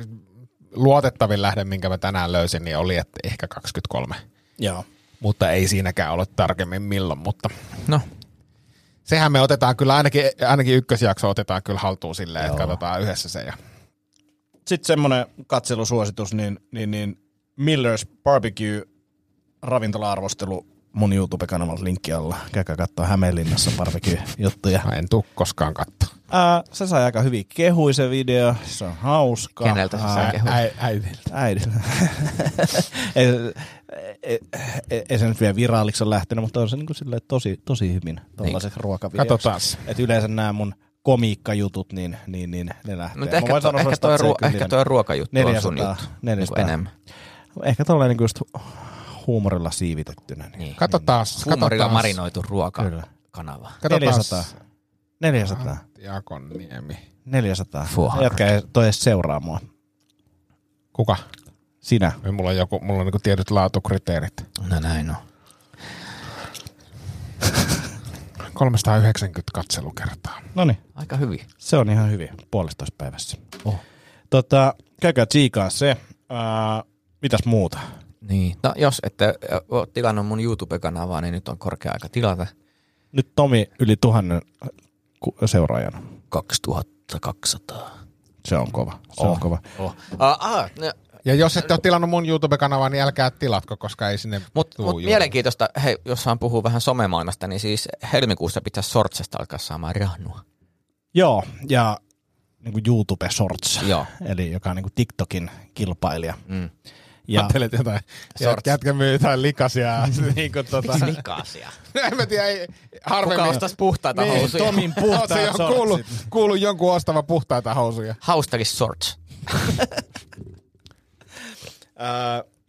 luotettavin lähde, minkä mä tänään löysin, niin oli, että ehkä kaksikymmentäkolme. Joo. Mutta ei siinäkään ole tarkemmin milloin, mutta no. Sehän me otetaan kyllä, ainakin, ainakin ykkösjakso otetaan kyllä haltuun silleen, Joo. että katsotaan yhdessä se. Ja. Sitten semmoinen katselusuositus, niin, niin, niin Miller's Barbecue ravintola-arvostelu mun YouTube-kanavalta linkki alla. Käykää katsoa Hämeenlinnassa barbecue-juttuja. Mä en tuu koskaan katsoa. Ää, se sai aika hyvin kehui se video, se on hauska. Keneltä se sai kehui? Ä, äidiltä. Äidiltä. ei, ei, ei, ei se nyt vielä viraaliksi ole lähtenyt, mutta on se niin kuin tosi, tosi hyvin tuollaiseksi niin. ruokavideoksi. Katsotaan. Et yleensä nämä mun komiikkajutut, niin, niin, niin ne lähtee. Mutta ehkä, to, ehkä, toi ruo, ehkä toi ruokajuttu neljäsataa, on sun juttu neljäsataa. Niin enemmän. Ehkä tolleen niin just huumorilla siivitettynä. Niin. Niin. Katsotaan. Huumorilla marinoitu ruokakanava. neljäsataa. neljäsataa. Jakoniemi. neljäsataa. Jätkä ei toi edes seuraa mua. Kuka? Sinä. Mulla on, joku, mulla on niinku tietyt laatukriteerit. No näin on. kolmesataayhdeksänkymmentä katselukertaa. Noniin. Aika hyvin. Se on ihan hyvin. Puolestoista päivässä. Oh. Tota, käykää tsiikaa se. Ää, mitäs muuta? Niin. No jos ette ole tilannut mun YouTube-kanavaa, niin nyt on korkea aika tilata. Nyt Tomi yli tuhannen seuraajana. kaksituhattakaksisataa. Se on kova. Se oh. on kova. Oh. Ah, ah, no. Ja jos ette ole tilannut mun YouTube-kanavaa, niin älkää tilatko, koska ei sinne Mutta mut mielenkiintoista, hei, jos saan puhua vähän somemaailmasta, niin siis helmikuussa pitäisi Sortsesta alkaa saamaan rahnua. Joo, ja niin kuin YouTube Shorts, Joo. eli joka on niin kuin TikTokin kilpailija. Mm. Ja ajattelet jotain, jätkä myy jotain likasia. niin kuin tota. Miksi likasia? En mä tiedä, ei harvemmin. Kuka ostaisi puhtaita niin, housuja? Tomin puhtaat shortsit. Kuulu, kuulu jonkun ostava puhtaita housuja. Haustakin Sorts. Uh,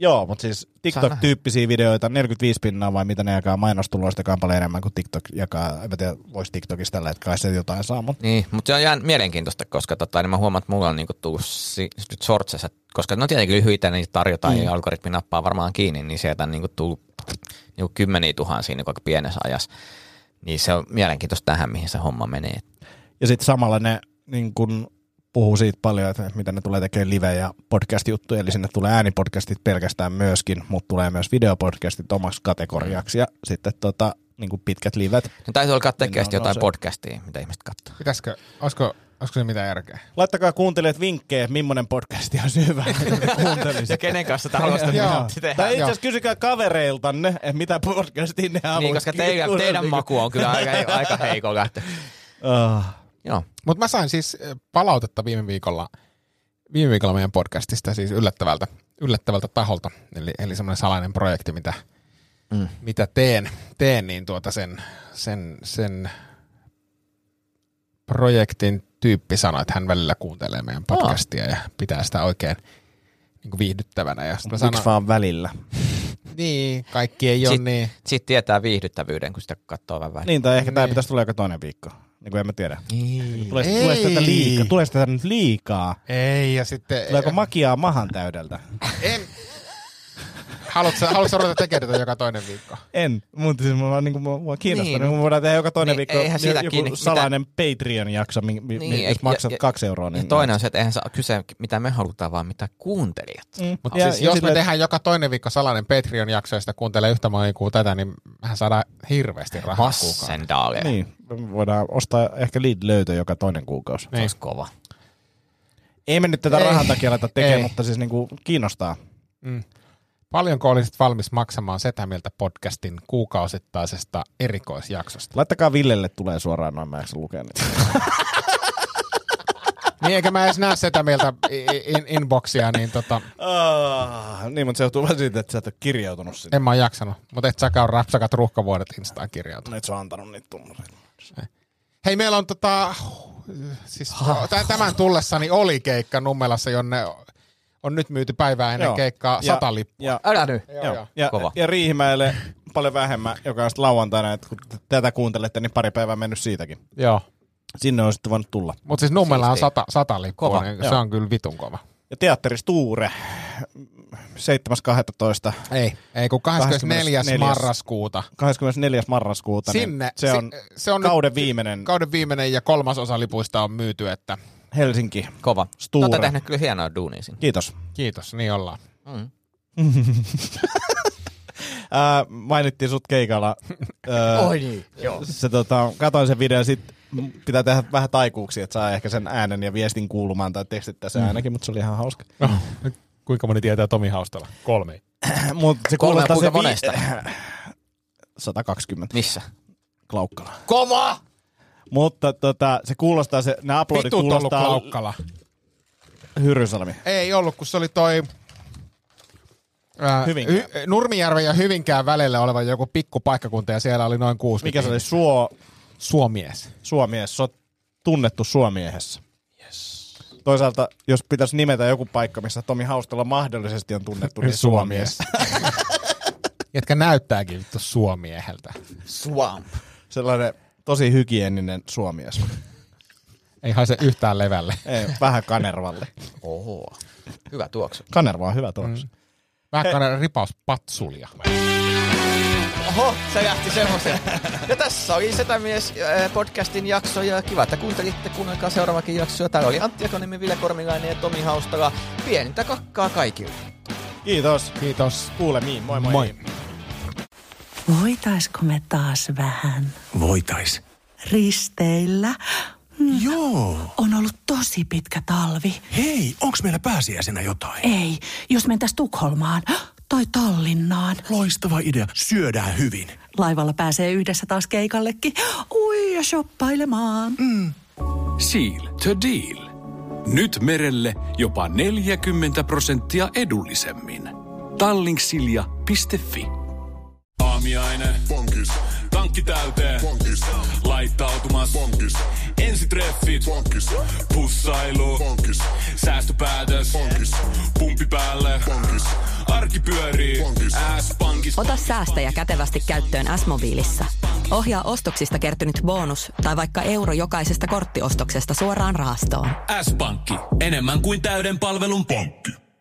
Joo, mutta siis TikTok-tyyppisiä videoita, neljäkymmentäviisi pinnaa vai mitä ne jakaa mainostuloistakaan paljon enemmän kuin TikTok jakaa. En mä tiedä, voisi TikTokista tällä hetkellä se jotain saa. Mutta... Niin, mutta se on ihan mielenkiintoista, koska tota, niin mä huomaan, että mulla on niinku tullut si- shortsessa, koska no tietenkin lyhyitä niitä tarjotaan mm. ja algoritmi nappaa varmaan kiinni, niin sieltä on niinku tullut niinku kymmeniä tuhansia niinku aika pienessä ajassa. Niin se on mielenkiintoista tähän, mihin se homma menee. Ja sitten samalla ne niin kun puhuu siitä paljon, että mitä ne tulee tekemään live- ja podcast-juttuja, eli sinne tulee äänipodcastit pelkästään myöskin, mutta tulee myös videopodcastit omaksi kategoriaksi ja sitten tota, niin kuin pitkät livet. No taisi olla tekemään jotain podcastia, mitä ihmiset katsoo. Pitäisikö, olisiko, olisiko se mitään järkeä? Laittakaa kuuntelijat vinkkejä, että millainen podcasti on hyvä. Ja kenen kanssa sitä haluaisi tehdä. Tai itse asiassa kysykää kavereiltanne, että mitä podcastia ne haluaisi. Niin, koska teidän, teidän maku on kyllä aika, aika heikolla. Oh. Joo. Mutta mä sain siis palautetta viime viikolla, viime viikolla meidän podcastista, siis yllättävältä, yllättävältä taholta. Eli, eli semmoinen salainen projekti, mitä, mm. mitä teen, teen, niin tuota sen, sen, sen projektin tyyppi sanoi, että hän välillä kuuntelee meidän podcastia oh. ja pitää sitä oikein niin kuin viihdyttävänä. Ja miksi sanon, vaan välillä? Niin, kaikki ei ole niin. Sitten tietää viihdyttävyyden, kun sitä katsoo vähän väliin. Niin, tai ehkä niin. Tämä pitäisi tulla joka toinen viikko. Niin kuin en mä tiedä. Niin. Tulee, tulee sitä liikaa. Tulee sitä nyt liikaa. Ei, ja sitten... Tuleeko makiaa mahan täydeltä? En. Haluatko, haluatko ruveta tekemään tätä joka toinen viikko? En, mutta siis mua, niin kuin, mua kiinnostaa. Niin, niin, me voidaan tehdä joka toinen niin, viikko joku kiinni, salainen mitä... Patreon-jakso, mi, mi, niin, jos maksat ja, kaksi euroa. Niin ja toinen on se, että eihän saa kyse, mitä me halutaan, vaan mitä kuuntelijat. Mm. Mutta siis jos me tehdään joka toinen viikko salainen Patreon-jakso, ja sitä kuuntelee yhtä monia kuin tätä, niin mehän saadaan hirveästi rahaa kuukauden. Massendaaleja. Niin, me voidaan ostaa ehkä lead-löytö joka toinen kuukausi. Se olisi kova. Ei me nyt tätä ei, rahan takia aleta tekemään, mutta siis niinku kiinnostaa. Mm. Paljonko olisit valmis maksamaan Setä Mieltä podcastin kuukausittaisesta erikoisjaksosta? Laittakaa Villelle, tulee suoraan noin, mä eikö lukea nyt. Niin, eikä mä edes näe Setä Mieltä in- inboxia, niin tota... Oh, niin, mutta se johtuu vaan siitä, että sä et ole kirjautunut sinne. En mä oon jaksanut, mutta et säkään rapsakat ruuhkavuodet Instaan kirjautunut. Nyt sä oon antanut niitä tunnureita. Hei, meillä on tota... Siis tämän tullessani oli keikka Nummelassa, jonne... On nyt myyty päivää ennen joo. keikkaa sata lippua. Ja, Älä nyt. Joo, joo. Ja, ja Riihimäelle paljon vähemmän, joka on sitten lauantaina, että kun tätä kuuntelette, niin pari päivää mennyt siitäkin. Joo. Sinne on sitten voinut tulla. Mutta siis Nummella on sata, sata lippua, kova. Niin se on kyllä vitun kova. Ja teatteristuure seitsemäs kahdestoista Ei, ei kun kahdeskymmenesneljäs marraskuuta. kahdeskymmenesneljäs marraskuuta. Sinne. Niin se on, se on kauden viimeinen. Kauden viimeinen ja kolmas osa lipuista on myyty, että... Helsinki. Kova. Stuure. Tätä tehnyt kyllä hienoa duunia siinä. Kiitos. Kiitos, niin ollaan. Mm. äh, mainittiin sut keikalla. Äh, Oi niin, joo. Se, tota, katoin sen videon, sit pitää tehdä vähän taikuuksia, että saa ehkä sen äänen ja viestin kuulumaan tai tekstittää sen mm. ainakin, mutta se oli ihan hauska. No, kuinka moni tietää Tomi Haustala? Kolme. Mut se Kolme kuulostaa se monesta? Vi- sata kaksikymmentä. Missä? Klaukkala. Kova! Mutta tota, se kuulostaa, se, ne uploadit Vitut kuulostaa... ollut Klaukkala. Hyrynsalmi. Ei ollut, kun se oli toi... Ää, Hyvinkään. Hy, Nurmijärven ja Hyvinkään välillä oleva joku pikku paikkakunta ja siellä oli noin kuusikymmentä. Mikä se oli? Suo... Suomies. Suomies. Se on tunnettu suomiehessä. Yes. Toisaalta, jos pitäisi nimetä joku paikka, missä Tomi Haustala mahdollisesti on tunnettu, niin Suomies. Jätkä näyttääkin vittu suomieheltä. Swamp. Sellainen tosi hygieninen suomies. Ei haise yhtään levälle. Ei, vähän kanervalle. Oho. Hyvä tuoksu. Kanerva on hyvä tuoksu. Mm. Vähän kanerva ripaus patsulia. Oho, se lähti semmoisen. Ja tässä oli Setämies podcastin jakso ja kiva, että kuuntelitte. Kuunnelkaa seuraavakin jakso. Täällä oli Antti Akonimi, Ville Kormilainen ja Tomi Haustala. Pienintä kakkaa kaikille. Kiitos. Kiitos. Kuulemiin. Moi moi. Moi. Voitaisko me taas vähän? Voitais. Risteillä? Mm. Joo. On ollut tosi pitkä talvi. Hei, onks meillä pääsiäisenä jotain? Ei, jos mentäis Tukholmaan tai Tallinnaan. Loistava idea. Syödään hyvin. Laivalla pääsee yhdessä taas keikallekin. Ui, ja shoppailemaan. Mm. Seal to deal. Nyt merelle jopa neljäkymmentä prosenttia edullisemmin. Tallingsilja piste fi. Aamiaine. Bonkis. Tankki täyteen. Bonkis. Laittautumas. Bonkis. Ensitreffit. Bonkis. Pussailu. Bonkis. Säästöpäätös. Bonkis. Pumpi päälle. Bonkis. arki pyörii. S-pankissa. Ota säästäjä kätevästi käyttöön S-mobiilissa. Ohjaa ostoksista kertynyt bonus tai vaikka euro jokaisesta korttiostoksesta suoraan rahastoon. S-pankki. Enemmän kuin täyden palvelun pankki.